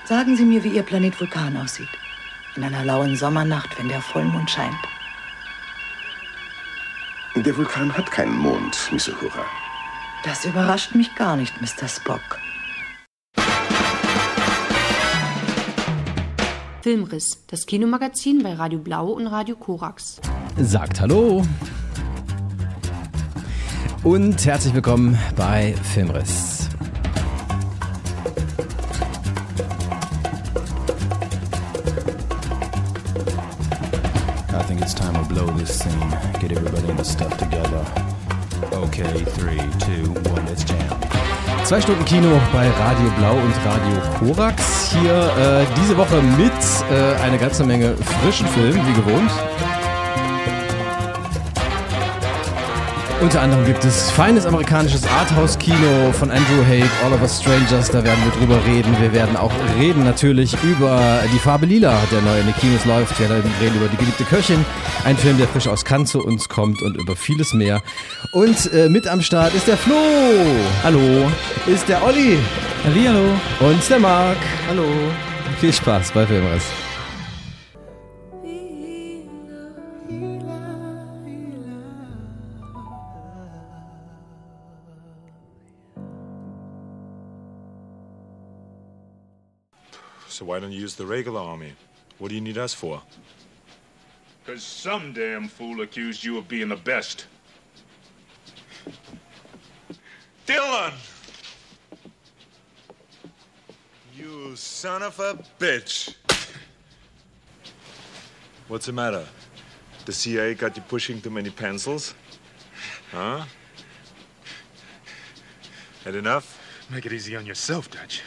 Sagen Sie mir, wie Ihr Planet Vulkan aussieht. In einer lauen Sommernacht, wenn der Vollmond scheint. Der Vulkan hat keinen Mond, Miss Uhura. Das überrascht mich gar nicht, Mr. Spock. Filmriss, das Kinomagazin bei Radio Blau und Radio Korax. Sagt Hallo und herzlich willkommen bei Filmriss. I think it's time to blow this scene. Get everybody in the stuff together. Okay, 3, 2, 1, let's jam. 2 Stunden Kino bei Radio Blau und Radio Korax. Hier diese Woche mit einer ganzen Menge frischen Filmen, wie gewohnt. Unter anderem gibt es feines amerikanisches Arthouse-Kino von Andrew Haigh, All of Us Strangers, da werden wir drüber reden. Wir werden auch reden natürlich über Die Farbe Lila, der neu in den Kinos läuft. Wir werden reden über Die geliebte Köchin, ein Film, der frisch aus Cannes zu uns kommt und über vieles mehr. Und mit am Start ist der Flo. Hallo. Ist der Olli. Hallihallo. Und der Marc. Hallo. Viel Spaß bei Filmriss. So why don't you use the regular army? What do you need us for? 'Cause some damn fool accused you of being the best. Dylan! You son of a bitch! What's the matter? The CIA got you pushing too many pencils? Huh? Had enough? Make it easy on yourself, Dutch.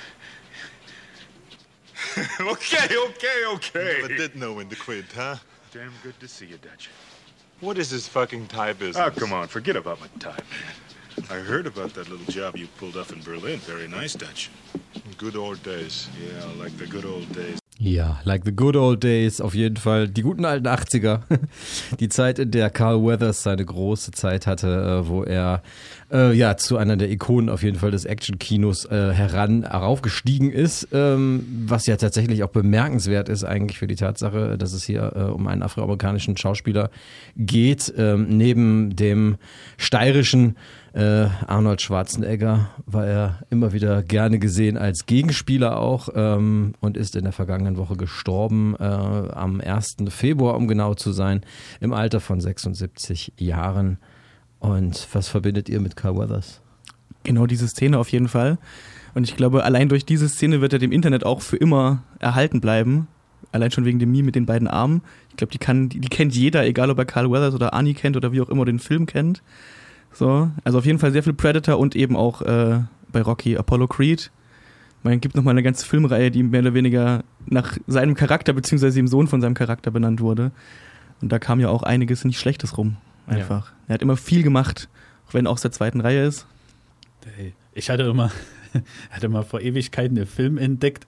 Okay. You never did know when to quit, huh? Damn good to see you, Dutch. What is this fucking Thai business? Oh, come on, forget about my time, man. I heard about that little job you pulled off in Berlin. Very nice, Dutch. Good old days. Yeah, like the good old days. Ja, like the good old days, auf jeden Fall. Die guten alten 80er. Die Zeit, in der Carl Weathers seine große Zeit hatte, wo er zu einer der Ikonen auf jeden Fall des Action-Kinos heraufgestiegen ist. Was ja tatsächlich auch bemerkenswert ist eigentlich für die Tatsache, dass es hier um einen afroamerikanischen Schauspieler geht. Neben dem steirischen Arnold Schwarzenegger war er immer wieder gerne gesehen als Gegenspieler auch und ist in der vergangenen Woche gestorben, am 1. Februar, um genau zu sein, im Alter von 76 Jahren. Und was verbindet ihr mit Carl Weathers? Genau diese Szene auf jeden Fall. Und ich glaube, allein durch diese Szene wird er dem Internet auch für immer erhalten bleiben. Allein schon wegen dem Meme mit den beiden Armen. Ich glaube, die kennt jeder, egal ob er Carl Weathers oder Arnie kennt oder wie auch immer den Film kennt. So, also auf jeden Fall sehr viel Predator und eben auch bei Rocky Apollo Creed. Man gibt nochmal eine ganze Filmreihe, die mehr oder weniger nach seinem Charakter beziehungsweise dem Sohn von seinem Charakter benannt wurde. Und da kam ja auch einiges nicht Schlechtes rum. Einfach. Ja. Er hat immer viel gemacht, auch wenn er aus der zweiten Reihe ist. Ich hatte mal vor Ewigkeiten einen Film entdeckt,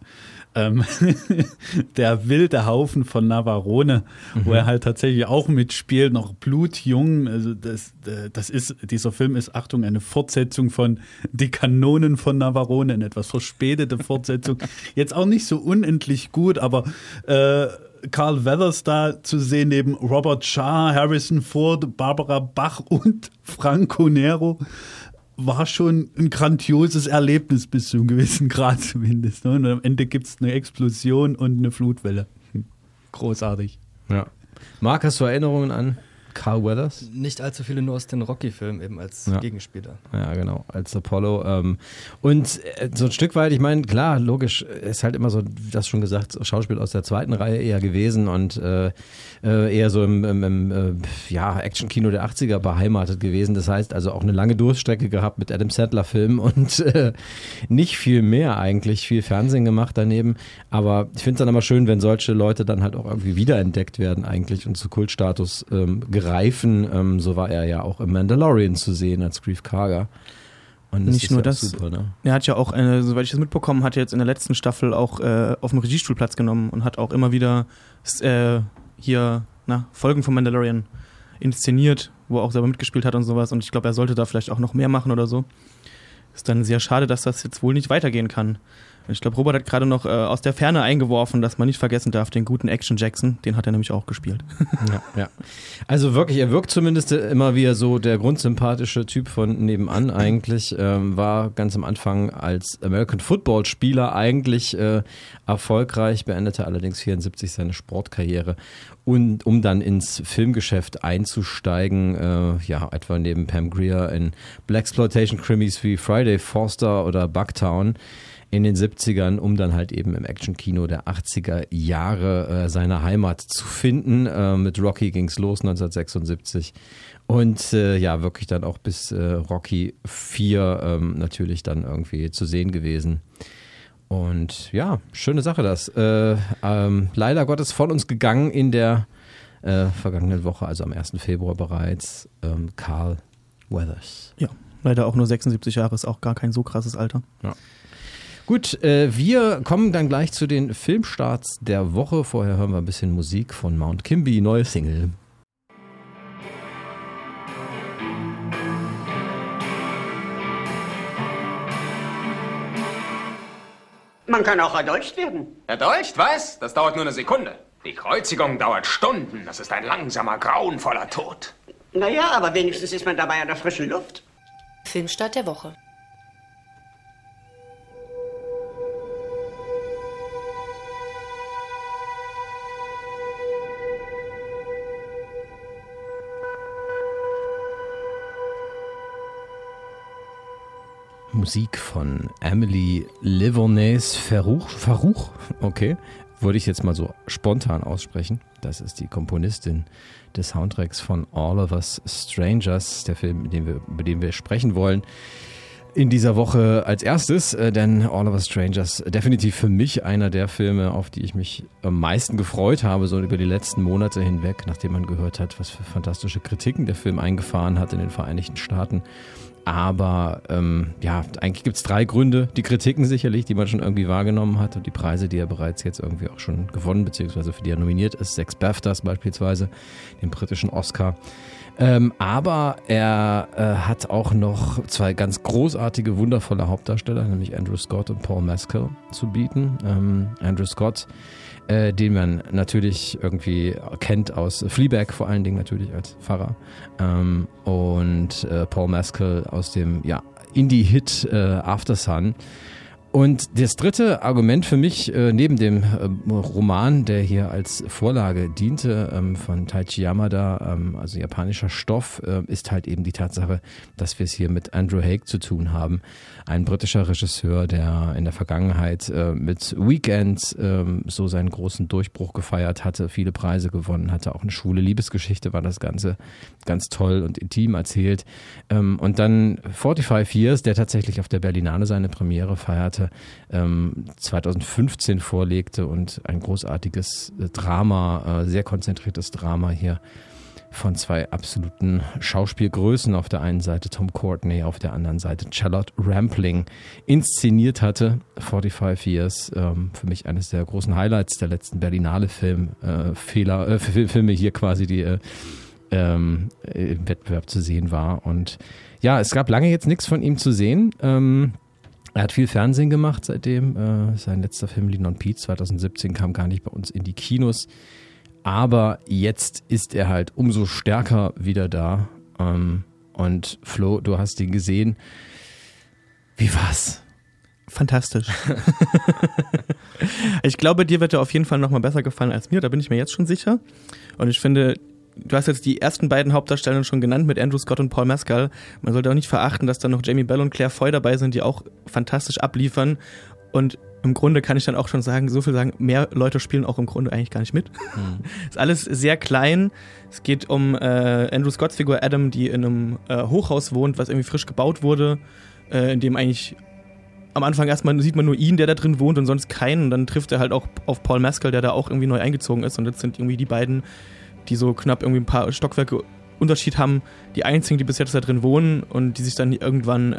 der wilde Haufen von Navarone, wo er halt tatsächlich auch mitspielt, noch blutjung. Also dieser Film ist, Achtung, eine Fortsetzung von Die Kanonen von Navarone, eine etwas verspätete Fortsetzung. Jetzt auch nicht so unendlich gut, aber Carl Weathers da zu sehen neben Robert Shaw, Harrison Ford, Barbara Bach und Franco Nero war schon ein grandioses Erlebnis bis zu einem gewissen Grad zumindest. Ne? Und am Ende gibt es eine Explosion und eine Flutwelle. Großartig. Ja. Marc, hast du Erinnerungen an Carl Weathers? Nicht allzu viele, nur aus den Rocky-Filmen eben als Gegenspieler. Ja, genau, als Apollo. Und so ein Stück weit, ich meine, klar, logisch, ist halt immer so, das schon gesagt, Schauspiel aus der zweiten Reihe eher gewesen und eher so im Action-Kino der 80er beheimatet gewesen. Das heißt also auch eine lange Durststrecke gehabt mit Adam Sandler-Filmen und nicht viel mehr eigentlich, viel Fernsehen gemacht daneben. Aber ich finde es dann immer schön, wenn solche Leute dann halt auch irgendwie wiederentdeckt werden eigentlich und zu Kultstatus greifen. So war er ja auch im Mandalorian zu sehen als Greef Karga. Und das nicht nur ja das, super, ne? Er hat ja auch, soweit ich das mitbekommen hatte, jetzt in der letzten Staffel auch auf dem Regiestuhl Platz genommen und hat auch immer wieder Folgen von Mandalorian inszeniert, wo er auch selber mitgespielt hat und sowas. Und ich glaube, er sollte da vielleicht auch noch mehr machen oder so. Ist dann sehr schade, dass das jetzt wohl nicht weitergehen kann. Ich glaube, Robert hat gerade noch aus der Ferne eingeworfen, dass man nicht vergessen darf, den guten Action Jackson, den hat er nämlich auch gespielt. Ja. Also wirklich, er wirkt zumindest immer wie so der grundsympathische Typ von nebenan eigentlich, war ganz am Anfang als American Football Spieler eigentlich erfolgreich, beendete allerdings 74 seine Sportkarriere und um dann ins Filmgeschäft einzusteigen, etwa neben Pam Grier in Blaxploitation-Krimis wie Friday, Forster oder Bucktown in den 70ern, um dann halt eben im Actionkino der 80er Jahre seine Heimat zu finden. Mit Rocky ging's los 1976 und wirklich dann auch bis Rocky 4 natürlich dann irgendwie zu sehen gewesen. Und ja, schöne Sache das. Leider Gottes von uns gegangen in der vergangenen Woche, also am 1. Februar bereits, Carl Weathers. Ja, leider auch nur 76 Jahre, ist auch gar kein so krasses Alter. Ja. Gut, wir kommen dann gleich zu den Filmstarts der Woche. Vorher hören wir ein bisschen Musik von Mount Kimby, neue Single. Man kann auch erdolcht werden. Erdolcht? Was? Das dauert nur eine Sekunde. Die Kreuzigung dauert Stunden. Das ist ein langsamer, grauenvoller Tod. Naja, aber wenigstens ist man dabei an der frischen Luft. Filmstart der Woche. Musik von Emily Livornais-Farouch, okay, würde ich jetzt mal so spontan aussprechen. Das ist die Komponistin des Soundtracks von All of Us Strangers, der Film, über den wir sprechen wollen. In dieser Woche als erstes, denn All of Us Strangers definitiv für mich einer der Filme, auf die ich mich am meisten gefreut habe, so über die letzten Monate hinweg, nachdem man gehört hat, was für fantastische Kritiken der Film eingefahren hat in den Vereinigten Staaten. Aber eigentlich gibt es 3 Gründe, die Kritiken sicherlich, die man schon irgendwie wahrgenommen hat und die Preise, die er bereits jetzt irgendwie auch schon gewonnen, beziehungsweise für die er nominiert ist, 6 BAFTAs beispielsweise, den britischen Oscar. Aber er hat auch noch 2 ganz großartige, wundervolle Hauptdarsteller, nämlich Andrew Scott und Paul Mescal zu bieten. Andrew Scott, den man natürlich irgendwie kennt aus Fleabag, vor allen Dingen natürlich als Pfarrer, und Paul Mescal aus dem Indie-Hit After Sun. Und das dritte Argument für mich, neben dem Roman, der hier als Vorlage diente, von Taichi Yamada, also japanischer Stoff, ist halt eben die Tatsache, dass wir es hier mit Andrew Haigh zu tun haben. Ein britischer Regisseur, der in der Vergangenheit mit Weekend so seinen großen Durchbruch gefeiert hatte, viele Preise gewonnen hatte, auch eine schwule Liebesgeschichte war das Ganze ganz toll und intim erzählt. Und dann 45 Years, der tatsächlich auf der Berlinale seine Premiere feierte, 2015 vorlegte und ein großartiges Drama, sehr konzentriertes Drama hier von 2 absoluten Schauspielgrößen, auf der einen Seite Tom Courtenay, auf der anderen Seite Charlotte Rampling, inszeniert hatte. 45 Years, für mich eines der großen Highlights der letzten Berlinale Filme hier quasi, die im Wettbewerb zu sehen war. Und ja, es gab lange jetzt nichts von ihm zu sehen. Er hat viel Fernsehen gemacht seitdem. Sein letzter Film, Lean on Pete, 2017, kam gar nicht bei uns in die Kinos. Aber jetzt ist er halt umso stärker wieder da. Und Flo, du hast ihn gesehen. Wie war's? Fantastisch. Ich glaube, dir wird er auf jeden Fall nochmal besser gefallen als mir. Da bin ich mir jetzt schon sicher. Und ich finde, du hast jetzt die ersten beiden Hauptdarsteller schon genannt mit Andrew Scott und Paul Mescal. Man sollte auch nicht verachten, dass da noch Jamie Bell und Claire Foy dabei sind, die auch fantastisch abliefern. Und im Grunde kann ich dann auch schon so viel sagen, mehr Leute spielen auch im Grunde eigentlich gar nicht mit. Ist alles sehr klein. Es geht um Andrew Scotts Figur Adam, die in einem Hochhaus wohnt, was irgendwie frisch gebaut wurde, in dem eigentlich am Anfang erstmal sieht man nur ihn, der da drin wohnt und sonst keinen. Und dann trifft er halt auch auf Paul Mescal, der da auch irgendwie neu eingezogen ist. Und jetzt sind irgendwie die beiden, die so knapp irgendwie ein paar Stockwerke Unterschied haben, die einzigen, die bis jetzt da drin wohnen und die sich dann irgendwann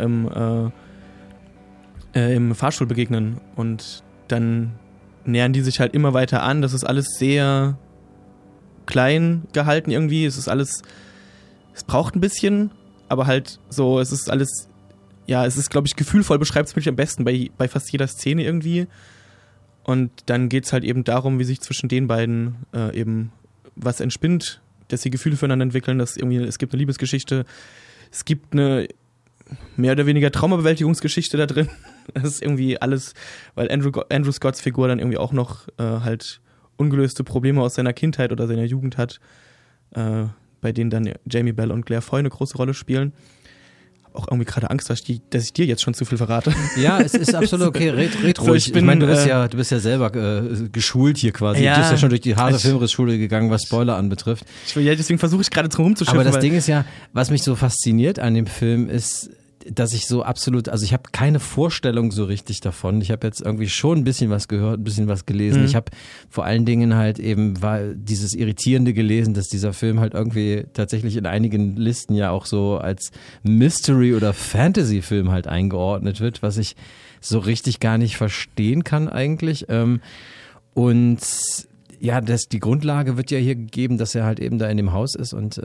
im Fahrstuhl begegnen. Und dann nähern die sich halt immer weiter an. Das ist alles sehr klein gehalten irgendwie. Es braucht ein bisschen, aber halt so, es ist alles ja, es ist, glaube ich, gefühlvoll, beschreibt es wirklich am besten bei fast jeder Szene irgendwie. Und dann geht's halt eben darum, wie sich zwischen den beiden eben was entspinnt, dass sie Gefühle füreinander entwickeln, es gibt eine Liebesgeschichte, es gibt eine mehr oder weniger Traumabewältigungsgeschichte da drin. Das ist irgendwie alles, weil Andrew Scotts Figur dann irgendwie auch noch halt ungelöste Probleme aus seiner Kindheit oder seiner Jugend hat, bei denen dann Jamie Bell und Claire Foy eine große Rolle spielen. Auch irgendwie gerade Angst, dass ich dir jetzt schon zu viel verrate. Ja, es ist absolut okay, red ruhig. Ich meine, du bist ja selber geschult hier quasi. Ja, du bist ja schon durch die harte Filmrissschule gegangen, was Spoiler anbetrifft. Deswegen versuche ich gerade drum rumzuschiffen. Aber das Ding ist ja, was mich so fasziniert an dem Film ist, dass ich so absolut, also ich habe keine Vorstellung so richtig davon. Ich habe jetzt irgendwie schon ein bisschen was gehört, ein bisschen was gelesen. Ich habe vor allen Dingen halt eben dieses Irritierende gelesen, dass dieser Film halt irgendwie tatsächlich in einigen Listen ja auch so als Mystery- oder Fantasy-Film halt eingeordnet wird, was ich so richtig gar nicht verstehen kann eigentlich. Und ja, die Grundlage wird ja hier gegeben, dass er halt eben da in dem Haus ist und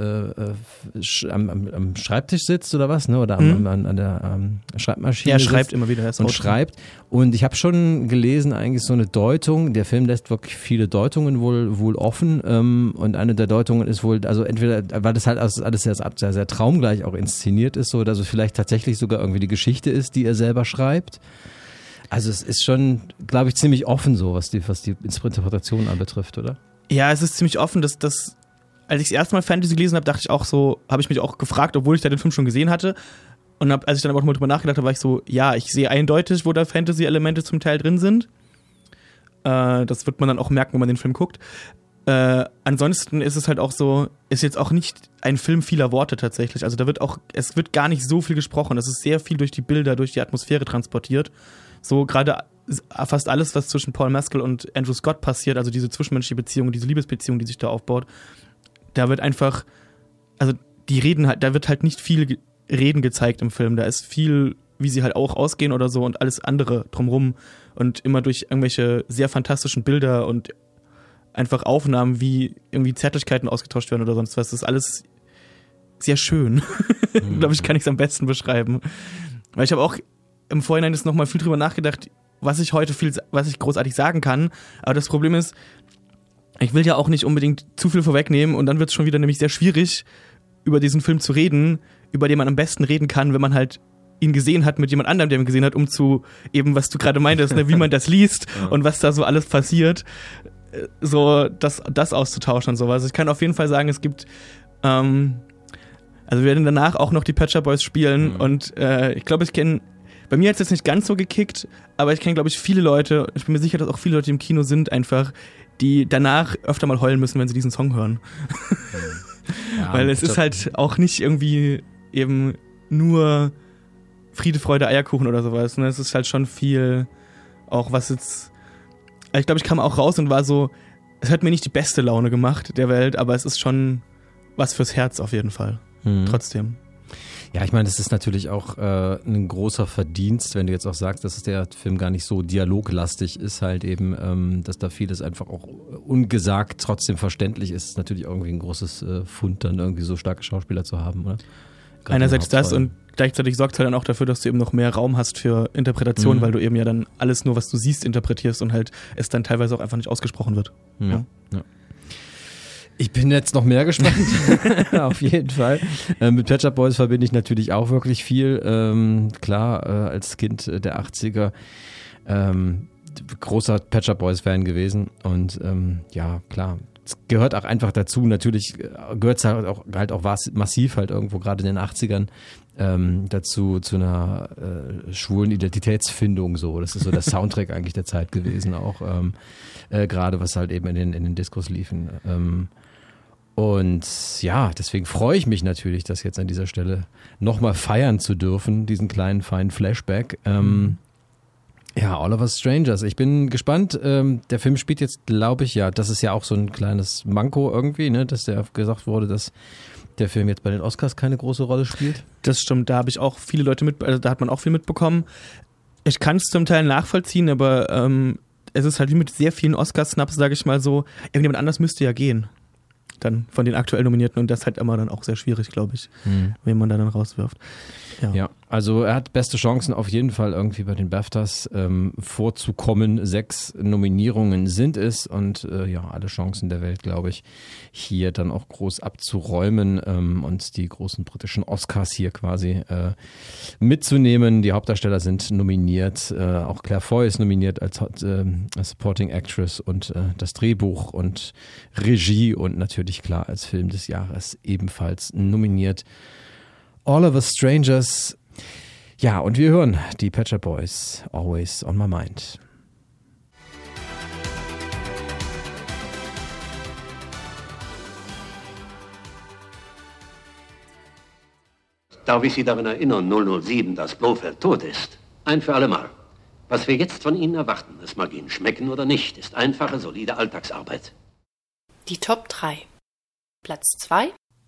am Schreibtisch sitzt oder was, ne? Oder an der Schreibmaschine. Er schreibt immer wieder. Und schreibt. Und ich habe schon gelesen, eigentlich so eine Deutung. Der Film lässt wirklich viele Deutungen wohl offen. Und eine der Deutungen ist wohl, also entweder, weil das halt alles sehr, sehr traumgleich auch inszeniert ist, so, dass es vielleicht tatsächlich sogar irgendwie die Geschichte ist, die er selber schreibt. Also es ist schon, glaube ich, ziemlich offen so, was die Interpretation anbetrifft, oder? Ja, es ist ziemlich offen, dass als ich das erste Mal Fantasy gelesen habe, dachte ich auch so, habe ich mich auch gefragt, obwohl ich da den Film schon gesehen hatte. Und als ich dann aber auch mal drüber nachgedacht habe, war ich so, ja, ich sehe eindeutig, wo da Fantasy-Elemente zum Teil drin sind. Das wird man dann auch merken, wenn man den Film guckt. Ansonsten ist es halt auch so, ist jetzt auch nicht ein Film vieler Worte tatsächlich. Also es wird gar nicht so viel gesprochen. Es ist sehr viel durch die Bilder, durch die Atmosphäre transportiert. So gerade fast alles, was zwischen Paul Mescal und Andrew Scott passiert, also diese zwischenmenschliche Beziehung, diese Liebesbeziehung, die sich da aufbaut, da wird einfach, also die reden halt, da wird halt nicht viel Reden gezeigt im Film. Da ist viel, wie sie halt auch ausgehen oder so und alles andere drumrum und immer durch irgendwelche sehr fantastischen Bilder und einfach Aufnahmen, wie irgendwie Zärtlichkeiten ausgetauscht werden oder sonst was. Das ist alles sehr schön. Glaube ich, kann ich es am besten beschreiben. Weil ich habe auch im Vorhinein ist nochmal viel drüber nachgedacht, was ich großartig sagen kann. Aber das Problem ist, ich will ja auch nicht unbedingt zu viel vorwegnehmen und dann wird es schon wieder nämlich sehr schwierig, über diesen Film zu reden, über den man am besten reden kann, wenn man halt ihn gesehen hat mit jemand anderem, der ihn gesehen hat, um zu eben, was du gerade meintest, ne, wie man das liest und was da so alles passiert, so das auszutauschen und sowas. Ich kann auf jeden Fall sagen, es gibt also wir werden danach auch noch die Pet Shop Boys spielen und ich glaube, bei mir hat es jetzt nicht ganz so gekickt, aber ich kenne, glaube ich, viele Leute, ich bin mir sicher, dass auch viele Leute im Kino sind einfach, die danach öfter mal heulen müssen, wenn sie diesen Song hören. Ja, weil es ist halt auch nicht irgendwie eben nur Friede, Freude, Eierkuchen oder sowas. Ne? Es ist halt schon viel auch, was jetzt... Ich glaube, ich kam auch raus und war so, es hat mir nicht die beste Laune gemacht der Welt, aber es ist schon was fürs Herz auf jeden Fall. Trotzdem. Ja, ich meine, das ist natürlich auch ein großer Verdienst, wenn du jetzt auch sagst, dass der Film gar nicht so dialoglastig ist, halt eben, dass da vieles einfach auch ungesagt trotzdem verständlich ist. Ist natürlich irgendwie ein großes Fund, dann irgendwie so starke Schauspieler zu haben, oder? Gerade einerseits das und gleichzeitig sorgt es halt dann auch dafür, dass du eben noch mehr Raum hast für Interpretation, weil du eben ja dann alles nur, was du siehst, interpretierst und halt es dann teilweise auch einfach nicht ausgesprochen wird. Ja. Ich bin jetzt noch mehr gespannt, auf jeden Fall. Mit Pet Shop Boys verbinde ich natürlich auch wirklich viel. Klar, als Kind der 80er großer Pet Shop Boys Fan gewesen und ja, klar. Es gehört auch einfach dazu, natürlich gehört es halt auch massiv halt irgendwo gerade in den 80ern dazu, zu einer schwulen Identitätsfindung so. Das ist so der Soundtrack eigentlich der Zeit gewesen auch, gerade was halt eben in den Diskos liefen. Und ja, deswegen freue ich mich natürlich, das jetzt an dieser Stelle nochmal feiern zu dürfen, diesen kleinen feinen Flashback. Ja, All of Us Strangers. Ich bin gespannt. Der Film spielt jetzt, glaube ich, ja, das ist ja auch so ein kleines Manko irgendwie, ne, dass der gesagt wurde, dass der Film jetzt bei den Oscars keine große Rolle spielt. Das stimmt, da habe ich auch viele Leute da hat man auch viel mitbekommen. Ich kann es zum Teil nachvollziehen, aber es ist halt wie mit sehr vielen Oscar-Snaps, sage ich mal so, irgendjemand anders müsste ja gehen. Dann von den aktuell Nominierten und das halt immer dann auch sehr schwierig, glaube ich, wen man da dann rauswirft. Ja, Also er hat beste Chancen auf jeden Fall irgendwie bei den BAFTAs vorzukommen. 6 Nominierungen sind es und alle Chancen der Welt, glaube ich, hier dann auch groß abzuräumen und die großen britischen Oscars hier quasi mitzunehmen. Die Hauptdarsteller sind nominiert, auch Claire Foy ist nominiert als Supporting Actress und das Drehbuch und Regie und natürlich klar als Film des Jahres ebenfalls nominiert. All of Us Strangers. Ja, und wir hören die Pet Shop Boys, Always on My Mind. Darf ich Sie daran erinnern, 007, dass Blofeld tot ist? Ein für alle Mal. Was wir jetzt von Ihnen erwarten, es mag Ihnen schmecken oder nicht, ist einfache, solide Alltagsarbeit. Die Top 3. Platz 2.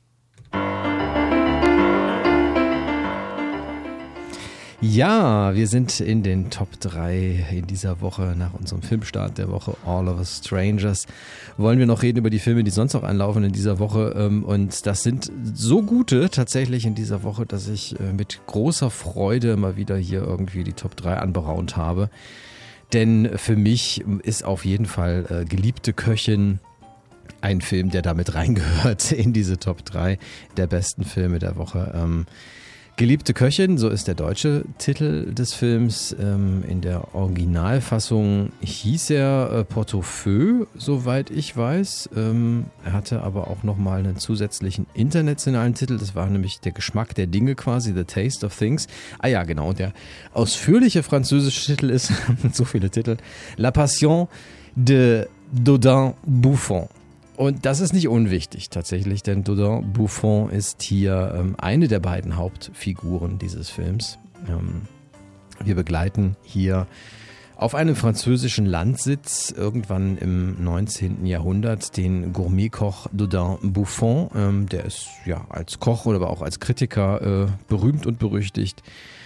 Ja, wir sind in den Top 3 in dieser Woche nach unserem Filmstart der Woche All of Us Strangers. Wollen wir noch reden über die Filme, die sonst noch anlaufen in dieser Woche und das sind so gute tatsächlich in dieser Woche, dass ich mit großer Freude mal wieder hier irgendwie die Top 3 anberaumt habe. Denn für mich ist auf jeden Fall Geliebte Köchin ein Film, der damit reingehört in diese Top 3 der besten Filme der Woche. Geliebte Köchin, so ist der deutsche Titel des Films. In der Originalfassung hieß er Pot-au-Feu, soweit ich weiß. Er hatte aber auch nochmal einen zusätzlichen internationalen Titel. Das war nämlich Der Geschmack der Dinge quasi, The Taste of Things. Ah ja, genau. Der ausführliche französische Titel ist, so viele Titel, La Passion de Dodin Buffon. Und das ist nicht unwichtig tatsächlich, denn Dodin Buffon ist hier eine der beiden Hauptfiguren dieses Films. Wir begleiten hier auf einem französischen Landsitz irgendwann im 19. Jahrhundert den Gourmetkoch Dodin Buffon. Der ist ja als Koch oder aber auch als Kritiker berühmt und berüchtigt.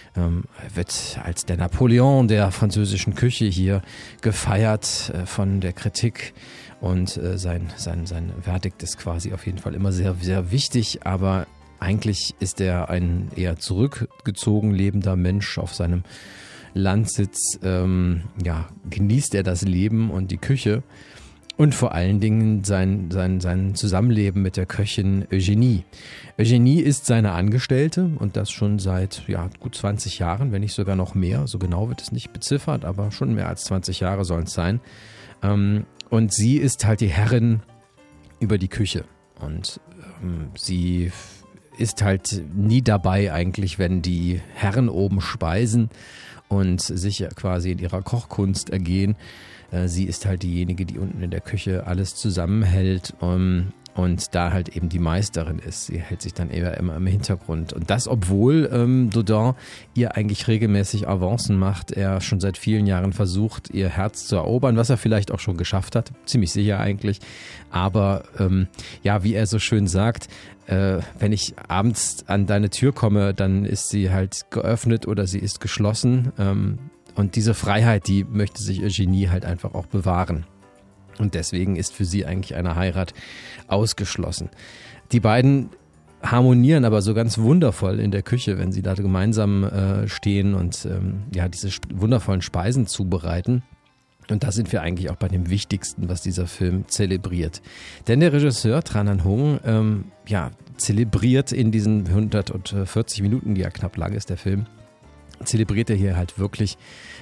Wird als der Napoleon der französischen Küche hier gefeiert von der Kritik. Und sein Verdikt ist quasi auf jeden Fall immer sehr, sehr wichtig, aber eigentlich ist er ein eher zurückgezogen lebender Mensch auf seinem Landsitz. Genießt er das Leben und die Küche und vor allen Dingen sein Zusammenleben mit der Köchin Eugénie. Eugénie ist seine Angestellte und das schon seit gut 20 Jahren, wenn nicht sogar noch mehr. So genau wird es nicht beziffert, aber schon mehr als 20 Jahre sollen es sein. Und sie ist halt die Herrin über die Küche und sie ist halt nie dabei eigentlich, wenn die Herren oben speisen und sich quasi in ihrer Kochkunst ergehen. Sie ist halt diejenige, die unten in der Küche alles zusammenhält und da halt eben die Meisterin ist. Sie hält sich dann eher immer im Hintergrund. Und das, obwohl Dodin ihr eigentlich regelmäßig Avancen macht. Er schon seit vielen Jahren versucht, ihr Herz zu erobern, was er vielleicht auch schon geschafft hat. Ziemlich sicher eigentlich. Aber wie er so schön sagt, wenn ich abends an deine Tür komme, dann ist sie halt geöffnet oder sie ist geschlossen. Und diese Freiheit, die möchte sich Eugénie halt einfach auch bewahren. Und deswegen ist für sie eigentlich eine Heirat ausgeschlossen. Die beiden harmonieren aber so ganz wundervoll in der Küche, wenn sie da gemeinsam stehen und diese wundervollen Speisen zubereiten. Und da sind wir eigentlich auch bei dem Wichtigsten, was dieser Film zelebriert. Denn der Regisseur Tran Anh Hung zelebriert in diesen 140 Minuten, die ja knapp lang ist, der Film, zelebriert er hier halt wirklich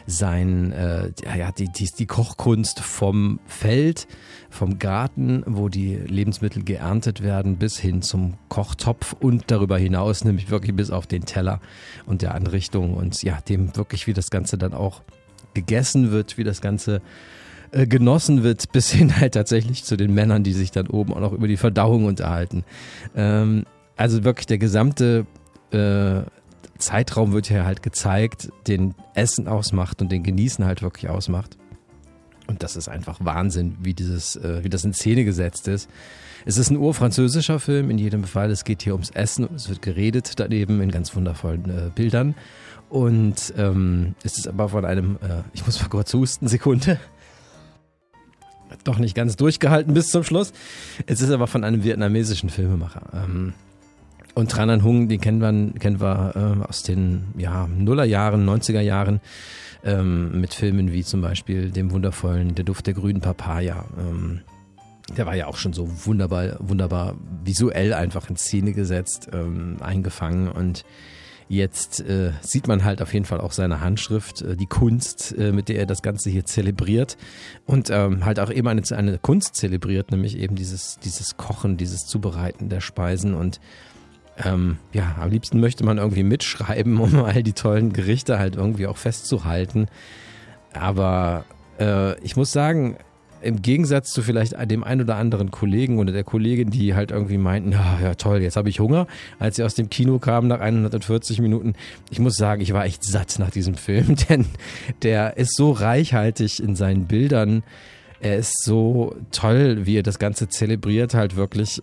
die Kochkunst vom Feld, vom Garten, wo die Lebensmittel geerntet werden, bis hin zum Kochtopf und darüber hinaus, nämlich wirklich bis auf den Teller und der Anrichtung und dem wirklich, wie das Ganze dann auch gegessen wird, wie das Ganze genossen wird, bis hin halt tatsächlich zu den Männern, die sich dann oben auch noch über die Verdauung unterhalten. Also wirklich der gesamte Zeitraum wird hier halt gezeigt, den Essen ausmacht und den Genießen halt wirklich ausmacht. Und das ist einfach Wahnsinn, wie das in Szene gesetzt ist. Es ist ein urfranzösischer Film in jedem Fall. Es geht hier ums Essen und es wird geredet daneben in ganz wundervollen Bildern. Und es ist aber von einem, ich muss mal kurz husten, Sekunde. Hat doch nicht ganz durchgehalten bis zum Schluss. Es ist aber von einem vietnamesischen Filmemacher. Und Tran Anh Hung, den kennen wir aus den Nullerjahren, 90er Jahren, mit Filmen wie zum Beispiel dem wundervollen Der Duft der grünen Papaya. Der war ja auch schon so wunderbar visuell einfach in Szene gesetzt, eingefangen, und jetzt sieht man halt auf jeden Fall auch seine Handschrift, die Kunst, mit der er das Ganze hier zelebriert und halt auch eben eine Kunst zelebriert, nämlich eben dieses Kochen, dieses Zubereiten der Speisen, und am liebsten möchte man irgendwie mitschreiben, um all die tollen Gerichte halt irgendwie auch festzuhalten. Aber ich muss sagen, im Gegensatz zu vielleicht dem ein oder anderen Kollegen oder der Kollegin, die halt irgendwie meinten, ja toll, jetzt habe ich Hunger, als sie aus dem Kino kamen nach 140 Minuten. Ich muss sagen, ich war echt satt nach diesem Film, denn der ist so reichhaltig in seinen Bildern. Er ist so toll, wie er das Ganze zelebriert halt wirklich.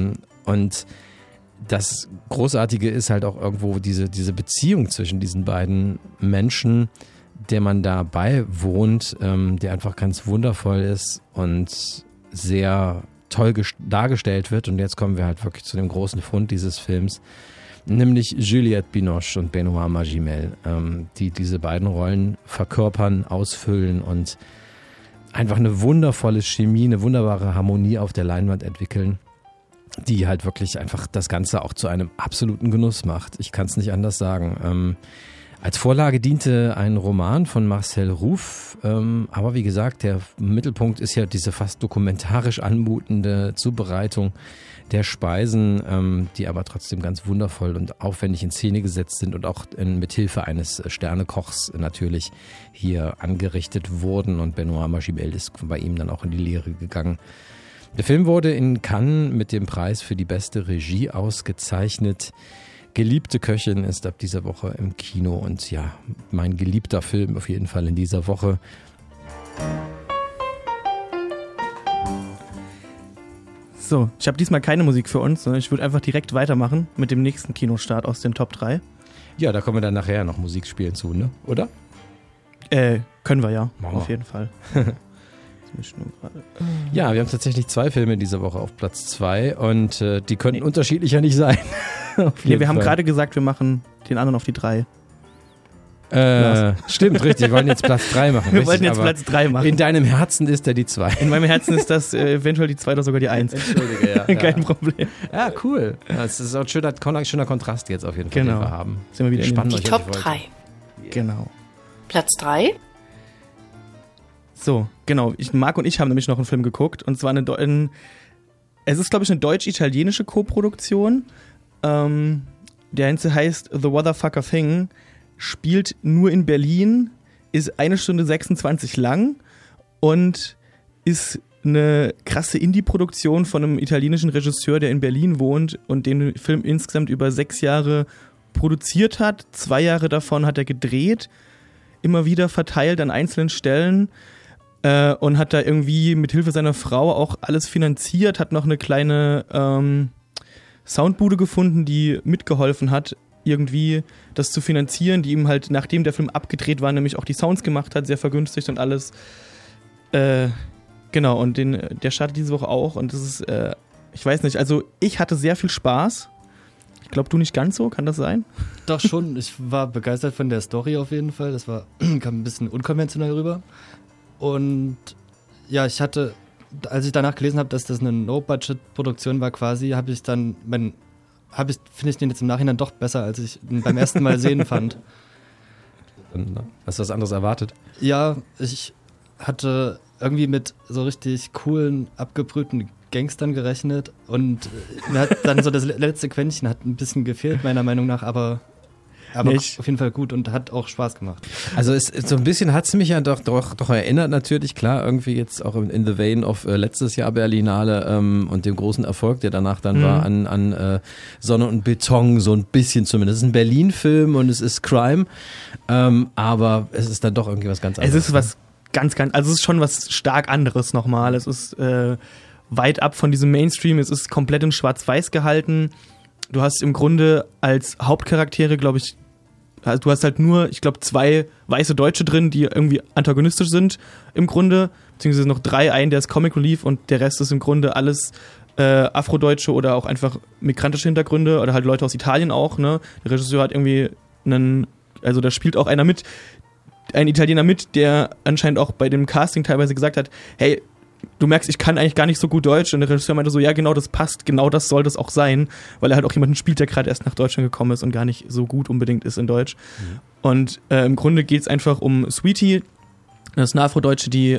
Und das Großartige ist halt auch irgendwo diese Beziehung zwischen diesen beiden Menschen, der man da beiwohnt, der einfach ganz wundervoll ist und sehr toll dargestellt wird. Und jetzt kommen wir halt wirklich zu dem großen Fund dieses Films, nämlich Juliette Binoche und Benoît Magimel, die diese beiden Rollen verkörpern, ausfüllen und einfach eine wundervolle Chemie, eine wunderbare Harmonie auf der Leinwand entwickeln, die halt wirklich einfach das Ganze auch zu einem absoluten Genuss macht. Ich kann es nicht anders sagen. Als Vorlage diente ein Roman von Marcel Rouff, aber wie gesagt, der Mittelpunkt ist ja diese fast dokumentarisch anmutende Zubereitung der Speisen, die aber trotzdem ganz wundervoll und aufwendig in Szene gesetzt sind und auch mit Hilfe eines Sternekochs natürlich hier angerichtet wurden, und Benoît Magimel ist bei ihm dann auch in die Lehre gegangen. Der Film wurde in Cannes mit dem Preis für die beste Regie ausgezeichnet. Geliebte Köchin ist ab dieser Woche im Kino und ja, mein geliebter Film auf jeden Fall in dieser Woche. So, ich habe diesmal keine Musik für uns, sondern ich würde einfach direkt weitermachen mit dem nächsten Kinostart aus den Top 3. Ja, da kommen wir dann nachher noch Musik spielen zu, ne? Oder? Können wir ja, Machen wir. Auf jeden Fall. Ja, wir haben tatsächlich 2 Filme diese Woche auf Platz 2 und die könnten unterschiedlicher nicht sein. Wir haben gerade gesagt, wir machen den anderen auf die 3. Stimmt, richtig. Wir wollen jetzt Platz 3 machen. Wir wollten jetzt Platz 3 machen. In deinem Herzen ist er die 2. In meinem Herzen ist das eventuell die 2 oder sogar die 1. Entschuldige, ja. Kein Problem. Ja, cool. Das ist auch ein schöner Kontrast jetzt auf jeden Fall, genau, den wir haben. Sind wir wieder die Top 3. Genau. Platz 3. So, genau. Marc und ich haben nämlich noch einen Film geguckt. Und zwar es ist, glaube ich, eine deutsch-italienische Koproduktion. Der heißt The Motherfucker Thing. Spielt nur in Berlin. Ist 1 Stunde 26 lang. Und ist eine krasse Indie-Produktion von einem italienischen Regisseur, der in Berlin wohnt und den Film insgesamt über 6 Jahre produziert hat. 2 Jahre davon hat er gedreht. Immer wieder verteilt an einzelnen Stellen. Und hat da irgendwie mit Hilfe seiner Frau auch alles finanziert, hat noch eine kleine Soundbude gefunden, die mitgeholfen hat, irgendwie das zu finanzieren, die ihm halt, nachdem der Film abgedreht war, nämlich auch die Sounds gemacht hat, sehr vergünstigt und alles. Genau, und der startet diese Woche auch und das ist, ich weiß nicht, also ich hatte sehr viel Spaß. Ich glaube, du nicht ganz so, kann das sein? Doch schon, ich war begeistert von der Story auf jeden Fall, kam ein bisschen unkonventionell rüber. Und ja, als ich danach gelesen habe, dass das eine No-Budget-Produktion war quasi, finde ich den jetzt im Nachhinein doch besser, als ich ihn beim ersten Mal sehen fand. Hast du was anderes erwartet? Ja, ich hatte irgendwie mit so richtig coolen, abgebrühten Gangstern gerechnet und mir hat dann so das letzte Quäntchen hat ein bisschen gefehlt, meiner Meinung nach, aber auf jeden Fall gut und hat auch Spaß gemacht. Also so ein bisschen hat es mich ja doch erinnert natürlich, klar, irgendwie jetzt auch in the vein of letztes Jahr Berlinale und dem großen Erfolg, der danach dann war an Sonne und Beton, so ein bisschen zumindest. Es ist ein Berlin-Film und es ist Crime, aber es ist dann doch irgendwie was ganz anderes. Es ist was also es ist schon was stark anderes nochmal. Es ist weit ab von diesem Mainstream, es ist komplett in Schwarz-Weiß gehalten. Du hast im Grunde als Hauptcharaktere, glaube ich, du hast halt nur, ich glaube, 2 weiße Deutsche drin, die irgendwie antagonistisch sind im Grunde, beziehungsweise noch 3, einen, der ist Comic Relief und der Rest ist im Grunde alles Afrodeutsche oder auch einfach migrantische Hintergründe oder halt Leute aus Italien auch, ne? Der Regisseur hat irgendwie da spielt auch ein Italiener mit, der anscheinend auch bei dem Casting teilweise gesagt hat, hey, du merkst, ich kann eigentlich gar nicht so gut Deutsch. Und der Regisseur meinte so, ja, genau, das passt, genau das soll das auch sein, weil er halt auch jemanden spielt, der gerade erst nach Deutschland gekommen ist und gar nicht so gut unbedingt ist in Deutsch. Mhm. Und im Grunde geht es einfach um Sweetie, das ist eine Afrodeutsche, die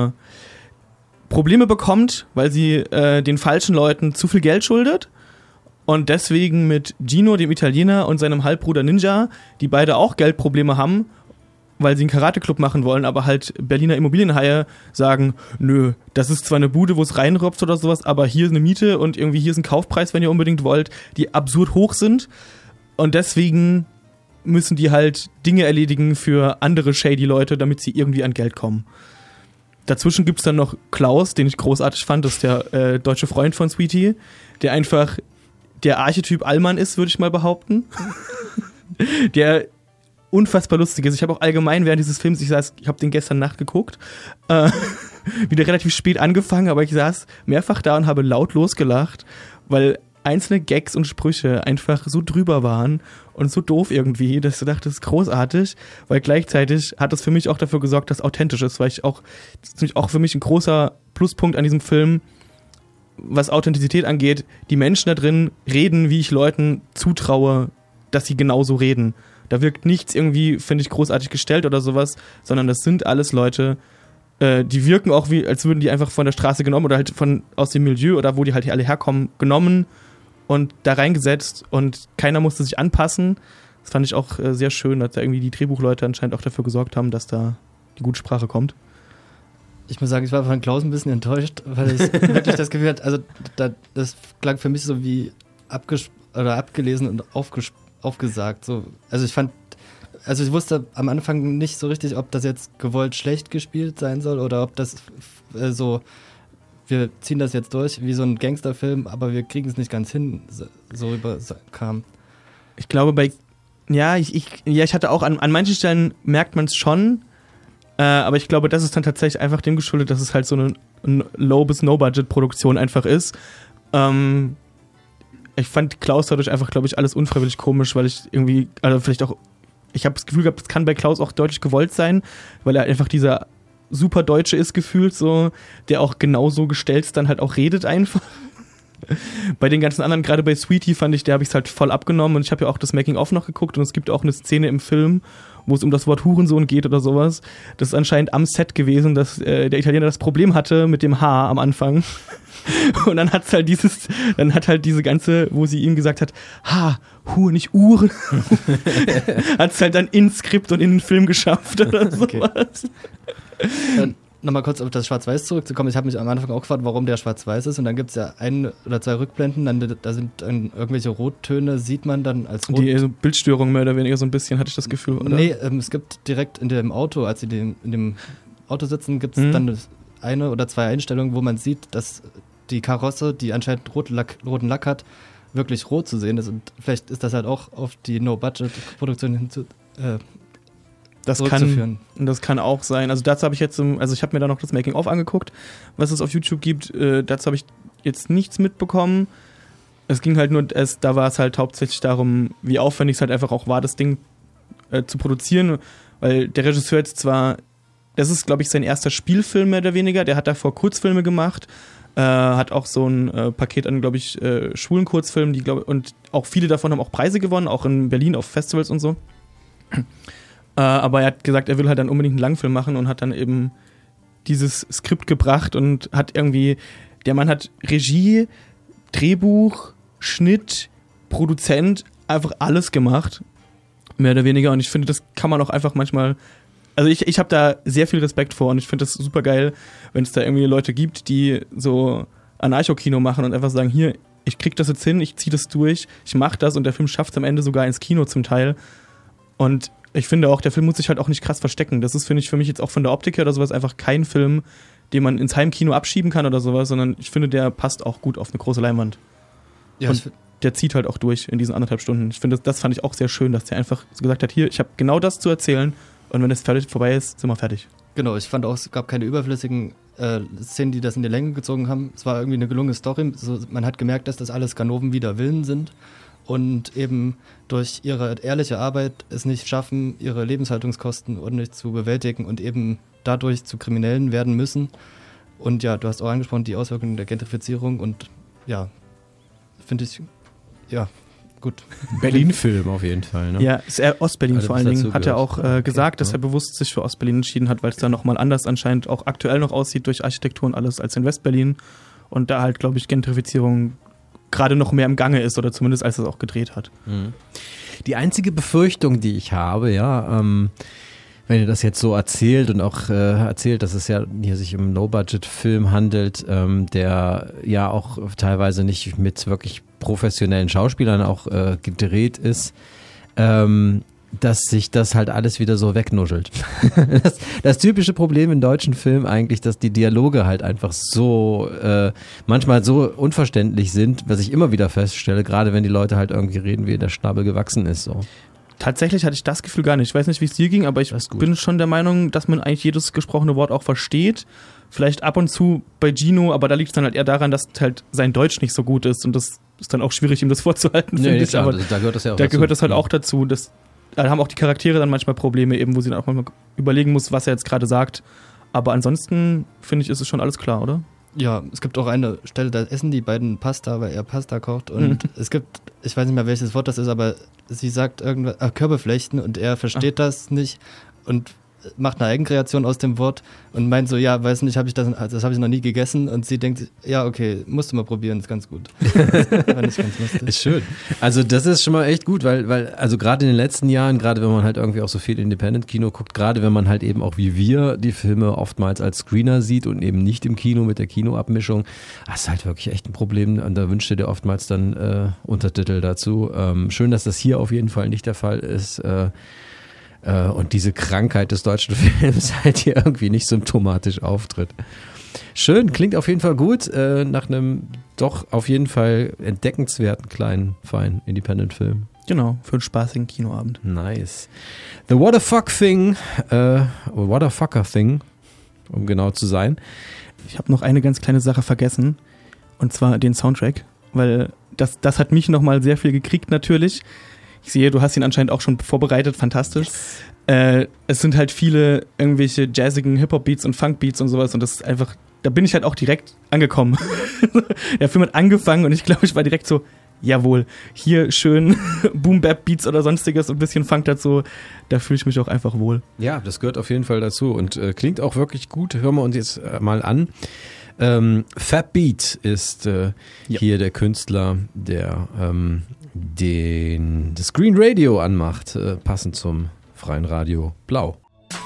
Probleme bekommt, weil sie den falschen Leuten zu viel Geld schuldet. Und deswegen mit Gino, dem Italiener, und seinem Halbbruder Ninja, die beide auch Geldprobleme haben, weil sie einen Karate-Club machen wollen, aber halt Berliner Immobilienhaie sagen, nö, das ist zwar eine Bude, wo es reinrobst oder sowas, aber hier ist eine Miete und irgendwie hier ist ein Kaufpreis, wenn ihr unbedingt wollt, die absurd hoch sind. Und deswegen müssen die halt Dinge erledigen für andere shady Leute, damit sie irgendwie an Geld kommen. Dazwischen gibt's dann noch Klaus, den ich großartig fand, das ist der deutsche Freund von Sweetie, der einfach der Archetyp Allmann ist, würde ich mal behaupten. Der unfassbar lustig ist. Ich habe auch allgemein während dieses Films, ich habe den gestern Nacht geguckt, wieder relativ spät angefangen, aber ich saß mehrfach da und habe laut losgelacht, weil einzelne Gags und Sprüche einfach so drüber waren und so doof irgendwie, dass ich dachte, das ist großartig, weil gleichzeitig hat das für mich auch dafür gesorgt, dass es authentisch ist, weil das ist auch für mich ein großer Pluspunkt an diesem Film, was Authentizität angeht. Die Menschen da drin reden, wie ich Leuten zutraue, dass sie genauso reden. Da wirkt nichts irgendwie, finde ich, großartig gestellt oder sowas, sondern das sind alles Leute, die wirken auch wie, als würden die einfach von der Straße genommen oder halt aus dem Milieu oder wo die halt alle herkommen, genommen und da reingesetzt und keiner musste sich anpassen. Das fand ich auch sehr schön, dass da irgendwie die Drehbuchleute anscheinend auch dafür gesorgt haben, dass da die gute Sprache kommt. Ich muss sagen, ich war von Klaus ein bisschen enttäuscht, weil ich wirklich das Gefühl hatte, also das klang für mich so wie abgelesen und aufgesagt. So. Also ich wusste am Anfang nicht so richtig, ob das jetzt gewollt schlecht gespielt sein soll oder ob das so, wir ziehen das jetzt durch wie so ein Gangsterfilm, aber wir kriegen es nicht ganz hin, so rüberkam. Ich glaube, ich hatte auch an manchen Stellen merkt man es schon, aber ich glaube, das ist dann tatsächlich einfach dem geschuldet, dass es halt so eine Low- bis No-Budget-Produktion einfach ist. Ich fand Klaus dadurch einfach, glaube ich, alles unfreiwillig komisch, weil ich irgendwie, also vielleicht auch, ich habe das Gefühl gehabt, es kann bei Klaus auch deutlich gewollt sein, weil er einfach dieser super Deutsche ist gefühlt, so, der auch genauso gestellt dann halt auch redet einfach. Bei den ganzen anderen, gerade bei Sweetie fand ich, der habe ich es halt voll abgenommen und ich habe ja auch das Making-of noch geguckt und es gibt auch eine Szene im Film, wo es um das Wort Hurensohn geht oder sowas. Das ist anscheinend am Set gewesen, dass der Italiener das Problem hatte mit dem H am Anfang. Und dann hat's halt diese ganze, wo sie ihm gesagt hat, Hure, nicht Uhren, hat's halt dann ins Skript und in den Film geschafft oder sowas. Okay. Nochmal kurz auf das Schwarz-Weiß zurückzukommen. Ich habe mich am Anfang auch gefragt, warum der Schwarz-Weiß ist. Und dann gibt es ja 1 oder 2 Rückblenden. Da sind dann irgendwelche Rottöne, sieht man dann als Rot. Die so Bildstörung mehr oder weniger so ein bisschen, hatte ich das Gefühl, oder? Nee, es gibt direkt in dem Auto, als sie in dem Auto sitzen, gibt es dann 1 oder 2 Einstellungen, wo man sieht, dass die Karosse, die anscheinend roten Lack hat, wirklich rot zu sehen ist. Und vielleicht ist das halt auch auf die No-Budget-Produktion das kann auch sein. Also dazu habe ich jetzt, ich habe mir da noch das Making-of angeguckt, was es auf YouTube gibt. Dazu habe ich jetzt nichts mitbekommen. Es ging halt nur, da war es halt hauptsächlich darum, wie aufwendig es halt einfach auch war, das Ding zu produzieren, weil der Regisseur jetzt zwar, das ist, glaube ich, sein erster Spielfilm mehr oder weniger, der hat davor Kurzfilme gemacht, hat auch so ein Paket an, glaube ich, schwulen Kurzfilmen, und auch viele davon haben auch Preise gewonnen, auch in Berlin auf Festivals und so. Aber er hat gesagt, er will halt dann unbedingt einen Langfilm machen und hat dann eben dieses Skript gebracht und hat irgendwie, der Mann hat Regie, Drehbuch, Schnitt, Produzent, einfach alles gemacht, mehr oder weniger. Und ich finde, das kann man auch einfach manchmal, also ich habe da sehr viel Respekt vor und ich finde das super geil, wenn es da irgendwie Leute gibt, die so Anarcho-Kino machen und einfach sagen, hier, ich krieg das jetzt hin, ich ziehe das durch, ich mache das und der Film schafft es am Ende sogar ins Kino zum Teil. Und ich finde auch, der Film muss sich halt auch nicht krass verstecken. Das ist, finde ich, für mich jetzt auch von der Optik her oder sowas einfach kein Film, den man ins Heimkino abschieben kann oder sowas, sondern ich finde, der passt auch gut auf eine große Leinwand. Ja, und der zieht halt auch durch in diesen 1,5 Stunden. Ich finde, das fand ich auch sehr schön, dass der einfach so gesagt hat, hier, ich habe genau das zu erzählen Und wenn es vorbei ist, sind wir fertig. Genau, ich fand auch, es gab keine überflüssigen Szenen, die das in die Länge gezogen haben. Es war irgendwie eine gelungene Story. So, man hat gemerkt, dass das alles Ganoven wider Willen sind und eben durch ihre ehrliche Arbeit es nicht schaffen, ihre Lebenshaltungskosten ordentlich zu bewältigen und eben dadurch zu Kriminellen werden müssen. Und ja, du hast auch angesprochen, die Auswirkungen der Gentrifizierung und ja, finde ich, ja, gut. Berlin-Film auf jeden Fall, ne? Ja, ist eher Ostberlin vor allen Dingen. Hat er auch gesagt, dass ja. er bewusst sich für Ostberlin entschieden hat, weil es da nochmal anders anscheinend auch aktuell noch aussieht durch Architektur und alles als in Westberlin. Und da halt, glaube ich, Gentrifizierung gerade noch mehr im Gange ist oder zumindest als es auch gedreht hat. Die einzige Befürchtung, die ich habe, ja, wenn ihr das jetzt so erzählt und auch erzählt, dass es ja hier sich um einen Low-Budget-Film handelt, der ja auch teilweise nicht mit wirklich professionellen Schauspielern auch gedreht ist, dass sich das halt alles wieder so wegnuschelt. Das typische Problem in deutschen Filmen eigentlich, dass die Dialoge halt einfach so manchmal so unverständlich sind, was ich immer wieder feststelle, gerade wenn die Leute halt irgendwie reden, wie der Schnabel gewachsen ist. So. Tatsächlich hatte ich das Gefühl gar nicht. Ich weiß nicht, wie es dir ging, aber ich bin schon der Meinung, dass man eigentlich jedes gesprochene Wort auch versteht. Vielleicht ab und zu bei Gino, aber da liegt es dann halt eher daran, dass halt sein Deutsch nicht so gut ist und das ist dann auch schwierig, ihm das vorzuhalten, finde ich. Klar, aber da gehört das ja auch da dazu. gehört das halt auch dazu. Da haben auch die Charaktere dann manchmal Probleme, eben, wo sie dann auch manchmal überlegen muss, was er jetzt gerade sagt. Aber ansonsten, finde ich, ist es schon alles klar, oder? Ja, es gibt auch eine Stelle, da essen die beiden Pasta, weil er Pasta kocht und es gibt, ich weiß nicht mehr, welches Wort das ist, aber sie sagt irgendwas, Körbeflechten und er versteht das nicht und macht eine Eigenkreation aus dem Wort und meint so, ja, weiß nicht, das habe ich noch nie gegessen und sie denkt, ja, okay, musst du mal probieren, ist ganz gut. Das war nicht ganz lustig. Ist schön. Also das ist schon mal echt gut, weil also gerade in den letzten Jahren, gerade wenn man halt irgendwie auch so viel Independent-Kino guckt, gerade wenn man halt eben auch wie wir die Filme oftmals als Screener sieht und eben nicht im Kino mit der Kinoabmischung, das ist halt wirklich echt ein Problem und da wünscht dir oftmals dann Untertitel dazu. Schön, dass das hier auf jeden Fall nicht der Fall ist. Und diese Krankheit des deutschen Films halt hier irgendwie nicht symptomatisch auftritt. Schön, klingt auf jeden Fall gut, nach einem doch auf jeden Fall entdeckenswerten, kleinen, feinen Independent-Film. Genau, für einen spaßigen Kinoabend. Nice. The What the Fuck Thing, What the Fucker Thing, um genau zu sein. Ich habe noch eine ganz kleine Sache vergessen, und zwar den Soundtrack, weil das hat mich nochmal sehr viel gekriegt natürlich. Ich sehe, du hast ihn anscheinend auch schon vorbereitet, fantastisch. Yes. Es sind halt viele irgendwelche jazzigen Hip-Hop-Beats und Funk-Beats und sowas und das ist einfach, da bin ich halt auch direkt angekommen. Der Film hat angefangen und ich glaube, ich war direkt so, jawohl, hier schön Boom-Bap-Beats oder sonstiges und ein bisschen Funk dazu, da fühle ich mich auch einfach wohl. Ja, das gehört auf jeden Fall dazu und klingt auch wirklich gut, hören wir uns jetzt mal an. Fab Beat ist hier der Künstler, der das Green Radio anmacht, passend zum freien Radio Blau.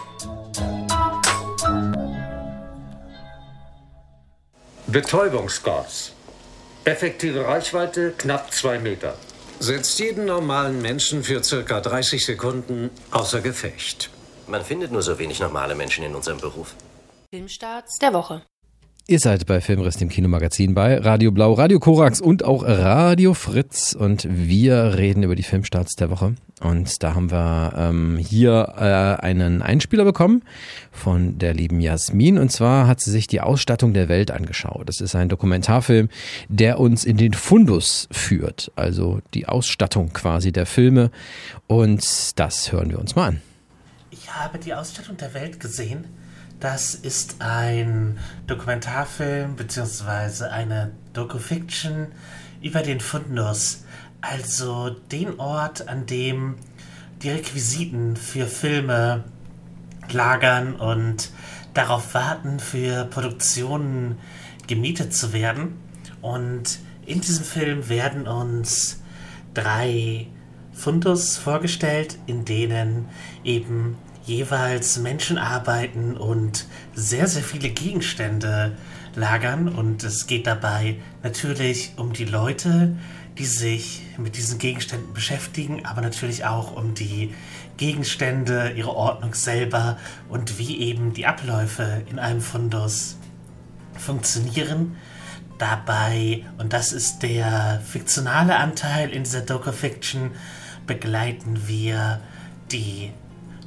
Betäubungsgas. Effektive Reichweite knapp 2 Meter. Setzt jeden normalen Menschen für circa 30 Sekunden außer Gefecht. Man findet nur so wenig normale Menschen in unserem Beruf. Filmstarts der Woche. Ihr seid bei Filmriss, dem Kinomagazin bei Radio Blau, Radio Korax und auch Radio Fritz und wir reden über die Filmstarts der Woche und da haben wir hier einen Einspieler bekommen von der lieben Jasmin und zwar hat sie sich die Ausstattung der Welt angeschaut. Das ist ein Dokumentarfilm, der uns in den Fundus führt, also die Ausstattung quasi der Filme und das hören wir uns mal an. Ich habe die Ausstattung der Welt gesehen. Das ist ein Dokumentarfilm bzw. eine Doku-Fiction über den Fundus, also den Ort, an dem die Requisiten für Filme lagern und darauf warten, für Produktionen gemietet zu werden. Und in diesem Film werden uns 3 Fundus vorgestellt, in denen eben jeweils Menschen arbeiten und sehr, sehr viele Gegenstände lagern und es geht dabei natürlich um die Leute, die sich mit diesen Gegenständen beschäftigen, aber natürlich auch um die Gegenstände, ihre Ordnung selber und wie eben die Abläufe in einem Fundus funktionieren. Dabei, und das ist der fiktionale Anteil in dieser Doku-Fiction, begleiten wir die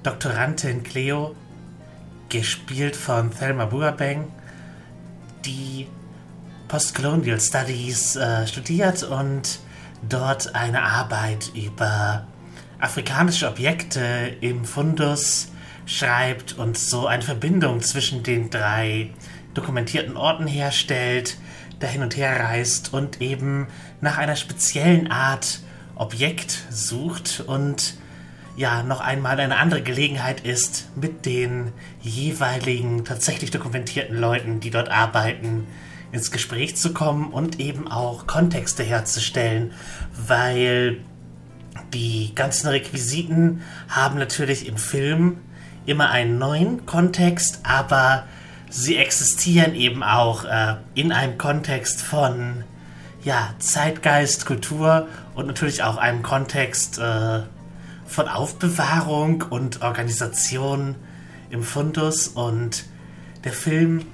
Doktorandin Cleo, gespielt von Thelma Burbank, die Postcolonial Studies studiert und dort eine Arbeit über afrikanische Objekte im Fundus schreibt und so eine Verbindung zwischen den 3 dokumentierten Orten herstellt, da hin und her reist und eben nach einer speziellen Art Objekt sucht und ja, noch einmal eine andere Gelegenheit ist, mit den jeweiligen tatsächlich dokumentierten Leuten, die dort arbeiten, ins Gespräch zu kommen und eben auch Kontexte herzustellen, weil die ganzen Requisiten haben natürlich im Film immer einen neuen Kontext, aber sie existieren eben auch in einem Kontext von Zeitgeist, Kultur und natürlich auch einem Kontext von Aufbewahrung und Organisation im Fundus. Und der Film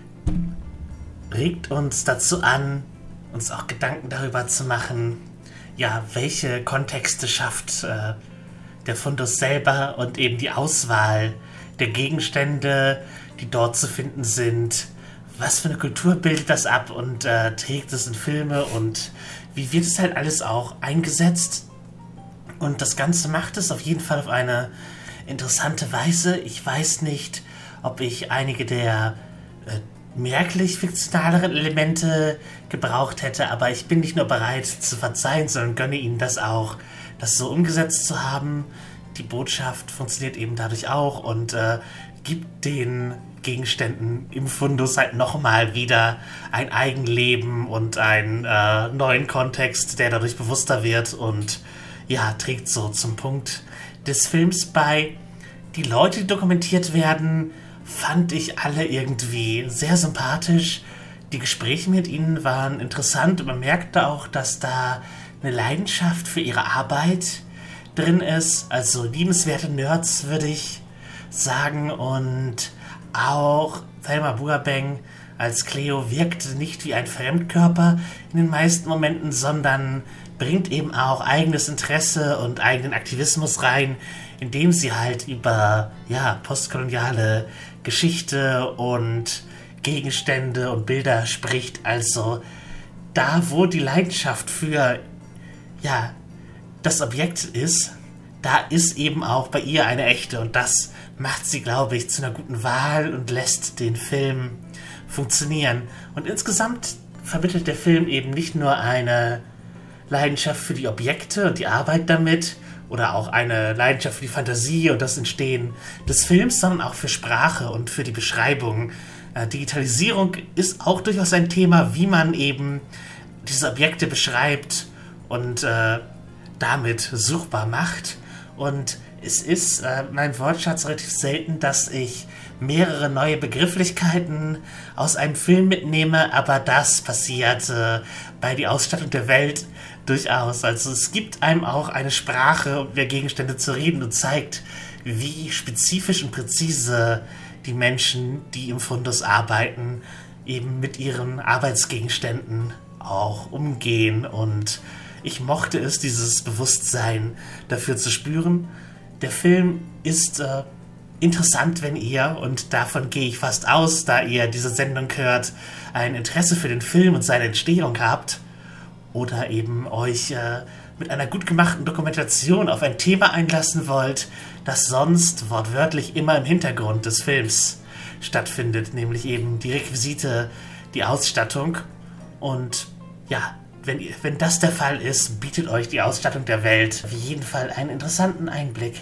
regt uns dazu an, uns auch Gedanken darüber zu machen, welche Kontexte schafft der Fundus selber und eben die Auswahl der Gegenstände, die dort zu finden sind. Was für eine Kultur bildet das ab und trägt es in Filme und wie wird es halt alles auch eingesetzt? Und das Ganze macht es auf jeden Fall auf eine interessante Weise. Ich weiß nicht, ob ich einige der merklich fiktionaleren Elemente gebraucht hätte, aber ich bin nicht nur bereit zu verzeihen, sondern gönne ihnen das auch, das so umgesetzt zu haben. Die Botschaft funktioniert eben dadurch auch und gibt den Gegenständen im Fundus halt nochmal wieder ein Eigenleben und einen neuen Kontext, der dadurch bewusster wird und trägt so zum Punkt des Films bei. Die Leute, die dokumentiert werden, fand ich alle irgendwie sehr sympathisch. Die Gespräche mit ihnen waren interessant und man merkte auch, dass da eine Leidenschaft für ihre Arbeit drin ist. Also liebenswerte Nerds, würde ich sagen. Und auch Thelma Burbank als Cleo wirkte nicht wie ein Fremdkörper in den meisten Momenten, sondern bringt eben auch eigenes Interesse und eigenen Aktivismus rein, indem sie halt über postkoloniale Geschichte und Gegenstände und Bilder spricht. Also da, wo die Leidenschaft für das Objekt ist, da ist eben auch bei ihr eine echte und das macht sie, glaube ich, zu einer guten Wahl und lässt den Film funktionieren. Und insgesamt vermittelt der Film eben nicht nur eine Leidenschaft für die Objekte und die Arbeit damit oder auch eine Leidenschaft für die Fantasie und das Entstehen des Films, sondern auch für Sprache und für die Beschreibung. Digitalisierung ist auch durchaus ein Thema, wie man eben diese Objekte beschreibt und damit suchbar macht. Und es ist in meinem Wortschatz relativ selten, dass ich mehrere neue Begrifflichkeiten aus einem Film mitnehme, aber das passiert bei Die Ausstattung der Welt durchaus. Also es gibt einem auch eine Sprache, um über Gegenstände zu reden und zeigt, wie spezifisch und präzise die Menschen, die im Fundus arbeiten, eben mit ihren Arbeitsgegenständen auch umgehen. Und ich mochte es, dieses Bewusstsein dafür zu spüren. Der Film ist interessant, wenn ihr, und davon gehe ich fast aus, da ihr diese Sendung hört, ein Interesse für den Film und seine Entstehung habt oder eben euch mit einer gut gemachten Dokumentation auf ein Thema einlassen wollt, das sonst wortwörtlich immer im Hintergrund des Films stattfindet, nämlich eben die Requisite, die Ausstattung. Und wenn das der Fall ist, bietet euch die Ausstattung der Welt auf jeden Fall einen interessanten Einblick.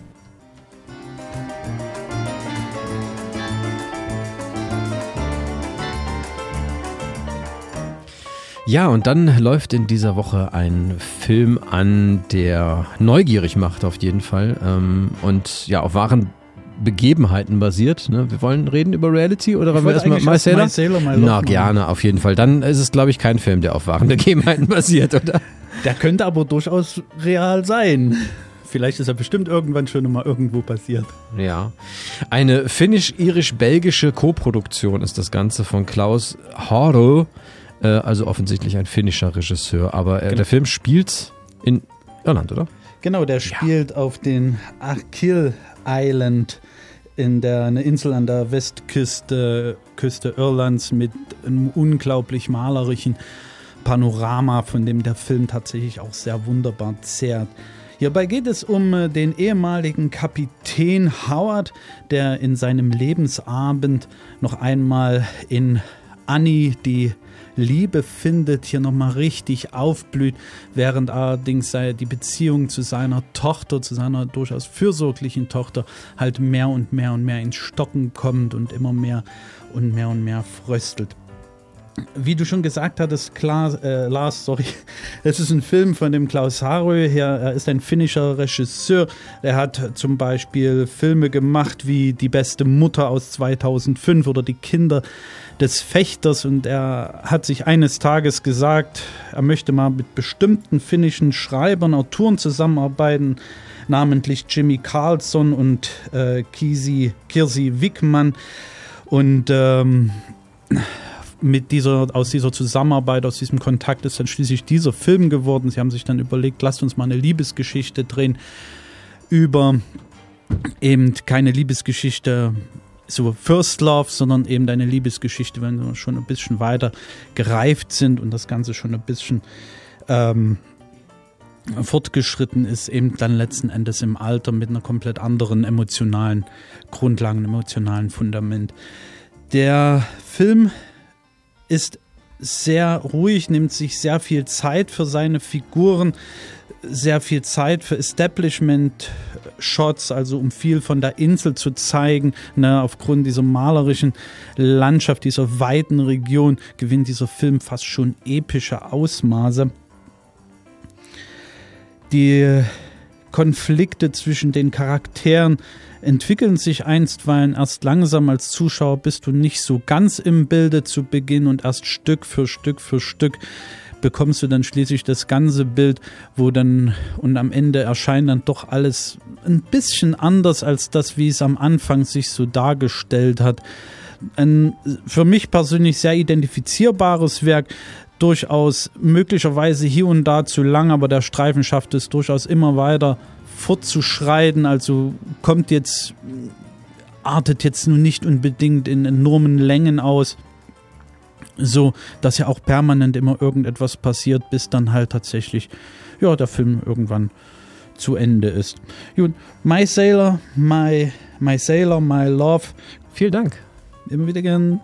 Ja, und dann läuft in dieser Woche ein Film an, der neugierig macht auf jeden Fall und auf wahren Begebenheiten basiert. Ne? Wir wollen reden über Reality oder wollen wir erstmal My Sailor? Na, gerne, auf jeden Fall. Dann ist es, glaube ich, kein Film, der auf wahren Begebenheiten basiert, oder? Der könnte aber durchaus real sein. Vielleicht ist er bestimmt irgendwann schon mal irgendwo passiert. Ja. Eine finnisch-irisch-belgische Koproduktion ist das Ganze von Klaus Haro. Also offensichtlich ein finnischer Regisseur, aber der Film spielt in Irland, oder? Genau, der spielt auf den Achill Island, eine Insel an der Westküste Irlands mit einem unglaublich malerischen Panorama, von dem der Film tatsächlich auch sehr wunderbar zehrt. Hierbei geht es um den ehemaligen Kapitän Howard, der in seinem Lebensabend noch einmal in Annie die Liebe findet, hier nochmal richtig aufblüht, während allerdings die Beziehung zu seiner Tochter, zu seiner durchaus fürsorglichen Tochter, halt mehr und mehr und mehr ins Stocken kommt und immer mehr und mehr und mehr fröstelt. Wie du schon gesagt hattest, Lars, es ist ein Film von dem Klaus Harö her. Er ist ein finnischer Regisseur. Er hat zum Beispiel Filme gemacht wie Die beste Mutter aus 2005 oder Die Kinder des Fechters, und er hat sich eines Tages gesagt, er möchte mal mit bestimmten finnischen Schreibern, Autoren zusammenarbeiten, namentlich Jimmy Karlsson und Kirsi Wickman, und aus dieser Zusammenarbeit, aus diesem Kontakt ist dann schließlich dieser Film geworden. Sie haben sich dann überlegt, lasst uns mal eine Liebesgeschichte drehen über eben keine Liebesgeschichte so First Love, sondern eben eine Liebesgeschichte, wenn wir schon ein bisschen weiter gereift sind und das Ganze schon ein bisschen fortgeschritten ist, eben dann letzten Endes im Alter mit einer komplett anderen emotionalen Grundlage, einem emotionalen Fundament. Der Film ist sehr ruhig, nimmt sich sehr viel Zeit für seine Figuren, sehr viel Zeit für Establishment-Shots, also um viel von der Insel zu zeigen. Aufgrund dieser malerischen Landschaft, dieser weiten Region gewinnt dieser Film fast schon epische Ausmaße. Die Konflikte zwischen den Charakteren entwickeln sich einstweilen erst langsam. Als Zuschauer bist du nicht so ganz im Bilde zu Beginn, und erst Stück für Stück bekommst du dann schließlich das ganze Bild, und am Ende erscheint dann doch alles ein bisschen anders als das, wie es am Anfang sich so dargestellt hat. Ein für mich persönlich sehr identifizierbares Werk, durchaus möglicherweise hier und da zu lang, aber der Streifen schafft es durchaus immer weiter fortzuschreiten, also artet jetzt nun nicht unbedingt in enormen Längen aus, so dass ja auch permanent immer irgendetwas passiert, bis dann halt tatsächlich der Film irgendwann zu Ende ist. Gut, My Sailor, My Love. Vielen Dank. Immer wieder gern.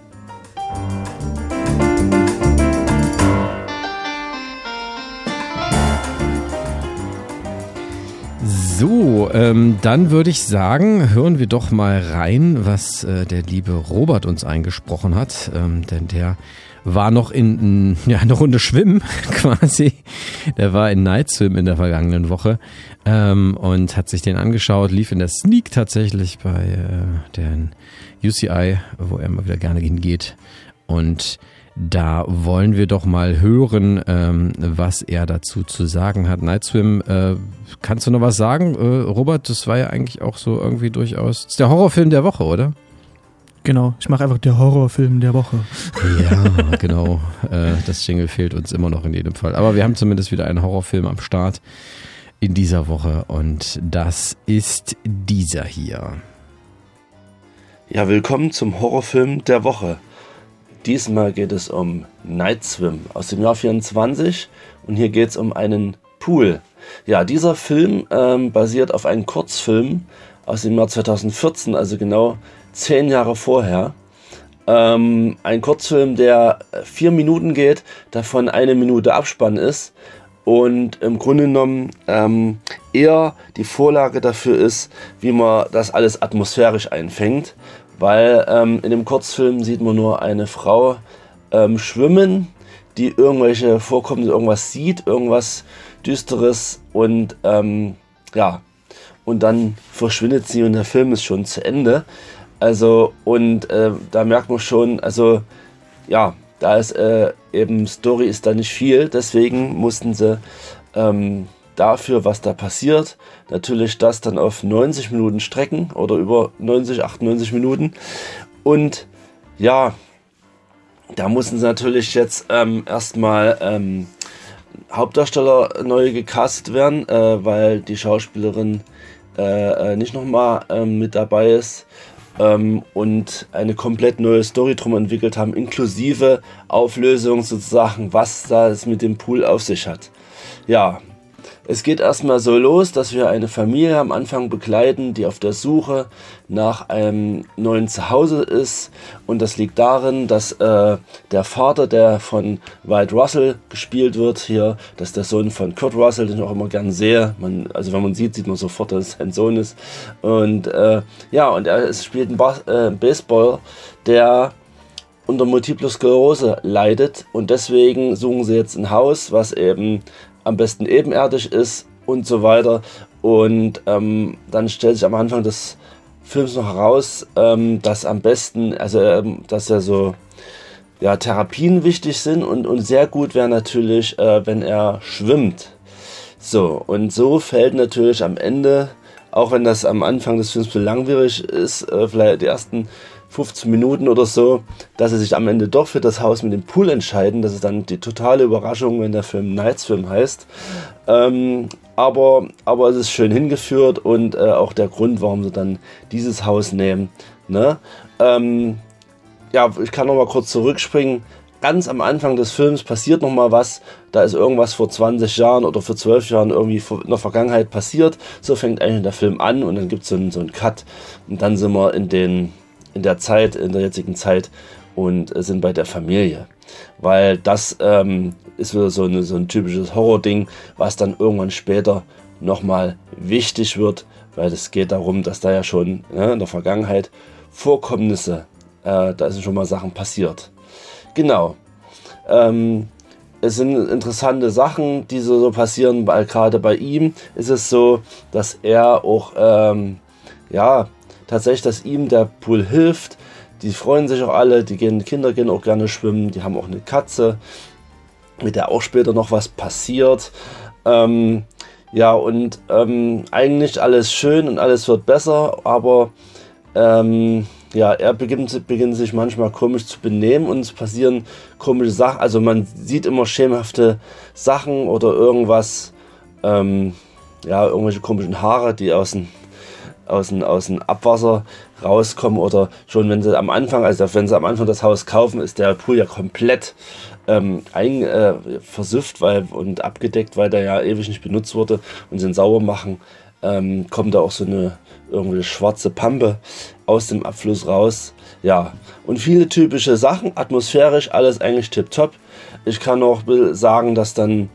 So, dann würde ich sagen, hören wir doch mal rein, was der liebe Robert uns eingesprochen hat, denn der war noch in eine Runde schwimmen quasi. Der war in Night Swim in der vergangenen Woche und hat sich den angeschaut, lief in der Sneak tatsächlich bei der UCI, wo er immer wieder gerne hingeht, und da wollen wir doch mal hören, was er dazu zu sagen hat. Night Swim, kannst du noch was sagen, Robert? Das war ja eigentlich auch so irgendwie durchaus, das ist der Horrorfilm der Woche, oder? Genau, ich mache einfach der Horrorfilm der Woche. Ja, genau. Das Jingle fehlt uns immer noch in jedem Fall. Aber wir haben zumindest wieder einen Horrorfilm am Start in dieser Woche, und das ist dieser hier. Ja, willkommen zum Horrorfilm der Woche. Diesmal geht es um Night Swim aus dem Jahr 24, und hier geht es um einen Pool. Ja, dieser Film basiert auf einem Kurzfilm aus dem Jahr 2014, also genau 10 Jahre vorher. Ein Kurzfilm, der 4 Minuten geht, davon 1 Minute Abspann ist und im Grunde genommen eher die Vorlage dafür ist, wie man das alles atmosphärisch einfängt. Weil in dem Kurzfilm sieht man nur eine Frau schwimmen, die irgendwelche Vorkommnisse, irgendwas sieht, irgendwas Düsteres, und und dann verschwindet sie und der Film ist schon zu Ende. Also, und da merkt man schon, also ja, da ist eben Story ist da nicht viel, deswegen mussten sie dafür, was da passiert, natürlich das dann auf 90 Minuten strecken oder über 90, 98 Minuten. Und ja, da mussten sie natürlich jetzt erstmal Hauptdarsteller neu gecastet werden, weil die Schauspielerin nicht nochmal mit dabei ist und eine komplett neue Story drum entwickelt haben, inklusive Auflösung sozusagen, was das mit dem Pool auf sich hat. Ja, es geht erstmal so los, dass wir eine Familie am Anfang begleiten, die auf der Suche nach einem neuen Zuhause ist. Und das liegt darin, dass der Vater, der von Wyatt Russell gespielt wird hier, das ist der Sohn von Kurt Russell, den ich auch immer gern sehe. Also wenn man sieht man sofort, dass es sein Sohn ist. Und und er spielt einen Baseballer, der unter Multiple Sklerose leidet. Und deswegen suchen sie jetzt ein Haus, was eben am besten ebenerdig ist und so weiter. Und dann stellt sich am Anfang des Films noch heraus, dass am besten, dass ja so Therapien wichtig sind und sehr gut wäre natürlich, wenn er schwimmt. So, und so fällt natürlich am Ende, auch wenn das am Anfang des Films so langwierig ist, vielleicht die ersten 15 Minuten oder so, dass sie sich am Ende doch für das Haus mit dem Pool entscheiden. Das ist dann die totale Überraschung, wenn der Film Night Swim heißt. Aber es ist schön hingeführt und auch der Grund, warum sie dann dieses Haus nehmen. Ne? Ich kann noch mal kurz zurückspringen. Ganz am Anfang des Films passiert noch mal was. Da ist irgendwas vor 20 Jahren oder vor 12 Jahren irgendwie in der Vergangenheit passiert. So fängt eigentlich der Film an und dann gibt es so einen Cut. Und dann sind wir in der jetzigen Zeit und sind bei der Familie. Weil das ist wieder so ein typisches Horror-Ding, was dann irgendwann später nochmal wichtig wird, weil es geht darum, dass da ja schon in der Vergangenheit Vorkommnisse, da sind schon mal Sachen passiert. Genau. Es sind interessante Sachen, die so passieren, weil gerade bei ihm ist es so, dass er auch tatsächlich, dass ihm der Pool hilft. Die freuen sich auch alle, die Kinder gehen auch gerne schwimmen, die haben auch eine Katze, mit der auch später noch was passiert. Eigentlich alles schön und alles wird besser, aber er beginnt sich manchmal komisch zu benehmen und es passieren komische Sachen. Also man sieht immer schemenhafte Sachen oder irgendwas, irgendwelche komischen Haare, die aus dem Abwasser rauskommen oder schon wenn sie am Anfang das Haus kaufen, ist der Pool ja komplett versüfft und abgedeckt, weil der ja ewig nicht benutzt wurde und sie ihn sauber machen, kommt da auch so eine irgendwelche schwarze Pampe aus dem Abfluss raus. Ja, und viele typische Sachen, atmosphärisch alles eigentlich tipptopp. Ich kann auch sagen, dass dann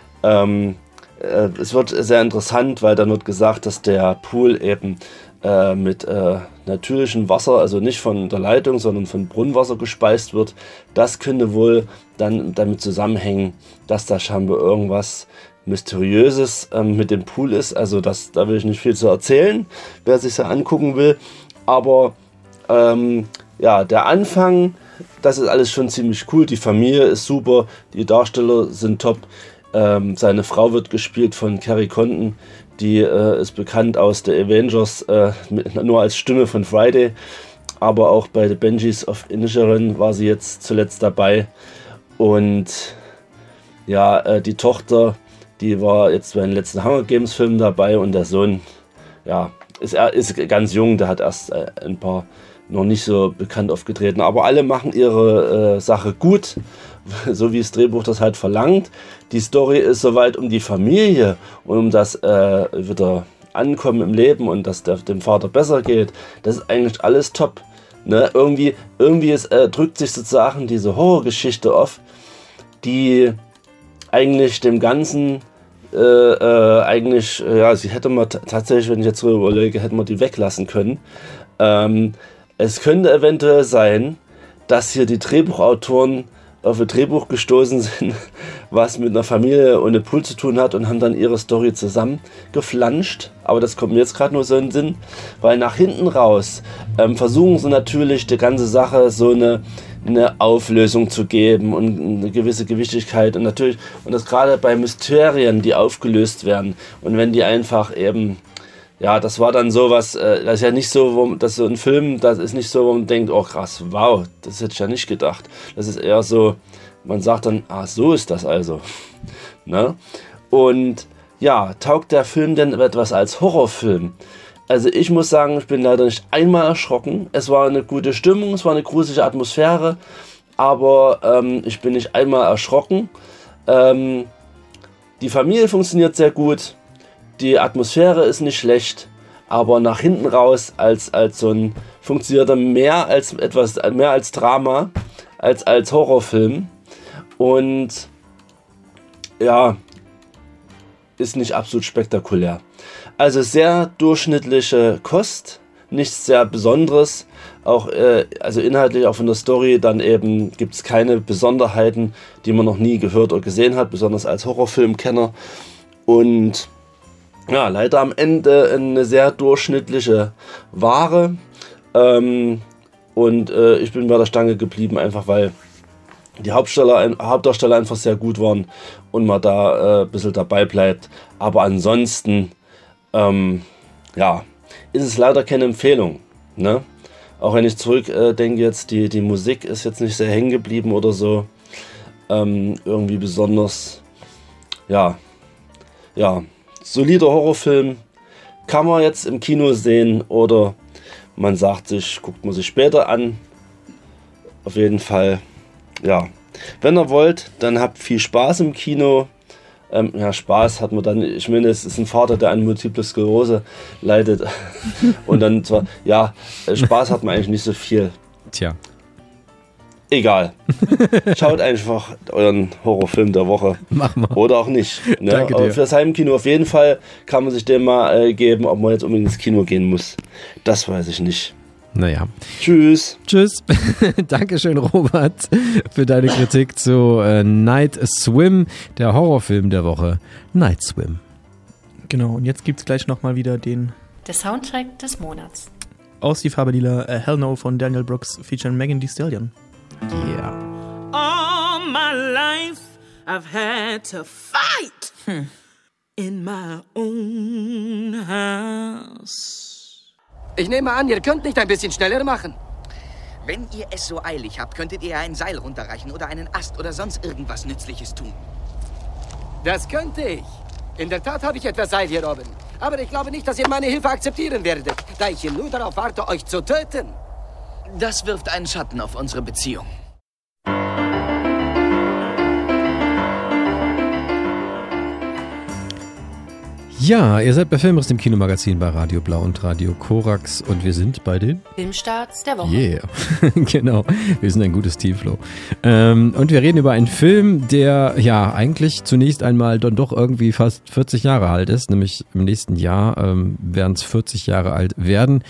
es wird sehr interessant, weil dann wird gesagt, dass der Pool eben mit natürlichem Wasser, also nicht von der Leitung, sondern von Brunnenwasser gespeist wird. Das könnte wohl dann damit zusammenhängen, dass da scheinbar irgendwas Mysteriöses mit dem Pool ist. Also da will ich nicht viel zu erzählen, wer sich das angucken will. Aber der Anfang, das ist alles schon ziemlich cool. Die Familie ist super, die Darsteller sind top. Seine Frau wird gespielt von Carrie Condon, die ist bekannt aus The Avengers, nur als Stimme von Friday, aber auch bei The Banshees of Inisherin war sie jetzt zuletzt dabei. Und die Tochter, die war jetzt bei den letzten Hunger Games Filmen dabei und der Sohn, ist ganz jung, der hat erst ein paar noch nicht so bekannt aufgetreten, aber alle machen ihre Sache gut, so wie das Drehbuch das halt verlangt. Die Story ist soweit um die Familie und um das wieder Ankommen im Leben und dass dem Vater besser geht. Das ist eigentlich alles top. Ne? Irgendwie drückt sich sozusagen diese Horrorgeschichte auf, die eigentlich dem Ganzen sie hätte man tatsächlich, wenn ich jetzt so überlege, hätte man die weglassen können. Es könnte eventuell sein, dass hier die Drehbuchautoren auf ein Drehbuch gestoßen sind, was mit einer Familie ohne Pool zu tun hat und haben dann ihre Story zusammengeflanscht. Aber das kommt mir jetzt gerade nur so in den Sinn, weil nach hinten raus versuchen sie natürlich die ganze Sache so eine Auflösung zu geben und eine gewisse Gewichtigkeit und natürlich, und das gerade bei Mysterien, die aufgelöst werden und wenn die einfach eben ja, das war dann sowas, das ist ja nicht so, dass so ein Film, das ist nicht so, wo man denkt, oh krass, wow, das hätte ich ja nicht gedacht. Das ist eher so, man sagt dann, so ist das also. Ne? Und ja, taugt der Film denn etwas als Horrorfilm? Also ich muss sagen, ich bin leider nicht einmal erschrocken. Es war eine gute Stimmung, es war eine gruselige Atmosphäre, aber ich bin nicht einmal erschrocken. Die Familie funktioniert sehr gut, die Atmosphäre ist nicht schlecht, aber nach hinten raus als so ein funktioniert er mehr als Drama als Horrorfilm und ja, ist nicht absolut spektakulär. Also sehr durchschnittliche Kost, nichts sehr Besonderes, auch also inhaltlich auch von der Story dann eben gibt es keine Besonderheiten, die man noch nie gehört oder gesehen hat, besonders als Horrorfilmkenner. Und ja, leider am Ende eine sehr durchschnittliche Ware. Und ich bin bei der Stange geblieben, einfach weil die Hauptdarsteller einfach sehr gut waren und man da ein bisschen dabei bleibt. Aber ansonsten, ja, ist es leider keine Empfehlung. Ne? Auch wenn ich zurückdenke jetzt, die Musik ist jetzt nicht sehr hängen geblieben oder so. Irgendwie besonders, ja, solider Horrorfilm. Kann man jetzt im Kino sehen oder man sagt sich, guckt man sich später an. Auf jeden Fall, ja. Wenn ihr wollt, dann habt viel Spaß im Kino. Ja, Spaß hat man dann, ich meine, es ist ein Vater, der an Multiple Sklerose leidet. Und dann zwar, ja, Spaß hat man eigentlich nicht so viel. Tja. Egal. Schaut einfach euren Horrorfilm der Woche. Mach mal. Oder auch nicht. Ne? Danke dir. Aber für das Heimkino auf jeden Fall kann man sich den mal geben, ob man jetzt unbedingt ins Kino gehen muss. Das weiß ich nicht. Naja. Tschüss. Tschüss. Dankeschön, Robert, für deine Kritik zu Night Swim, der Horrorfilm der Woche. Night Swim. Genau, und jetzt gibt's gleich nochmal wieder den Der Soundtrack des Monats. Aus die Farbe lila, Hell No von Daniel Brooks featuring Megan Thee Stallion. Yeah. All my life I've had to fight in my own house. Ich nehme an, ihr könnt nicht ein bisschen schneller machen. Wenn ihr es so eilig habt, könntet ihr ein Seil runterreichen oder einen Ast oder sonst irgendwas Nützliches tun. Das könnte ich. In der Tat habe ich etwas Seil hier oben. Aber ich glaube nicht, dass ihr meine Hilfe akzeptieren werdet, da ich hier nur darauf warte, euch zu töten. Das wirft einen Schatten auf unsere Beziehung. Ja, ihr seid bei Filmriss, dem Kinomagazin bei Radio Blau und Radio Korax und wir sind bei den Filmstarts der Woche. Yeah, genau. Wir sind ein gutes Team, Flo. Und wir reden über einen Film, der ja eigentlich zunächst einmal dann doch irgendwie fast 40 Jahre alt ist, nämlich im nächsten Jahr werden es 40 Jahre alt werden.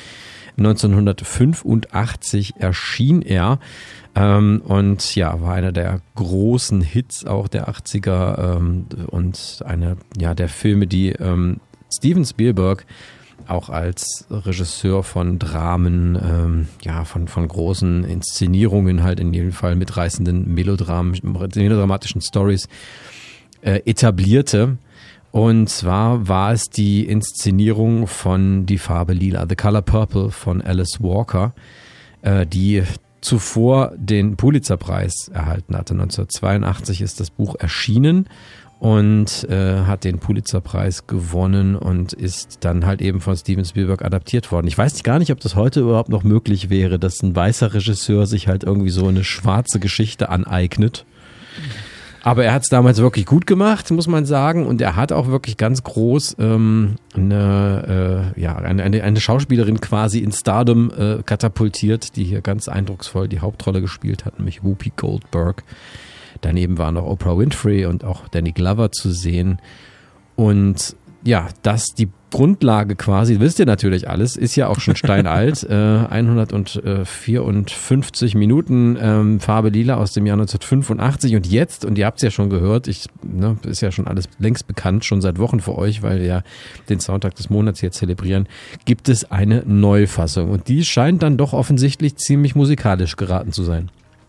1985 erschien er. Und ja, war einer der großen Hits auch der 80er und einer der Filme, die Steven Spielberg auch als Regisseur von Dramen, von großen Inszenierungen halt in jedem Fall mitreißenden melodramatischen Stories etablierte. Und zwar war es die Inszenierung von Die Farbe Lila, The Color Purple von Alice Walker, die zuvor den Pulitzerpreis erhalten hatte. 1982 ist das Buch erschienen und hat den Pulitzerpreis gewonnen und ist dann halt eben von Steven Spielberg adaptiert worden. Ich weiß gar nicht, ob das heute überhaupt noch möglich wäre, dass ein weißer Regisseur sich halt irgendwie so eine schwarze Geschichte aneignet. Aber er hat es damals wirklich gut gemacht, muss man sagen. Und er hat auch wirklich ganz groß eine Schauspielerin quasi in Stardom katapultiert, die hier ganz eindrucksvoll die Hauptrolle gespielt hat, nämlich Whoopi Goldberg. Daneben waren noch Oprah Winfrey und auch Danny Glover zu sehen. Und ja, das die Grundlage quasi, wisst ihr natürlich alles, ist ja auch schon steinalt. 154 Minuten Farbe Lila aus dem Jahr 1985 und jetzt, und ihr habt es ja schon gehört, ist ja schon alles längst bekannt, schon seit Wochen für euch, weil wir ja den Soundtrack des Monats hier zelebrieren, gibt es eine Neufassung und die scheint dann doch offensichtlich ziemlich musikalisch geraten zu sein.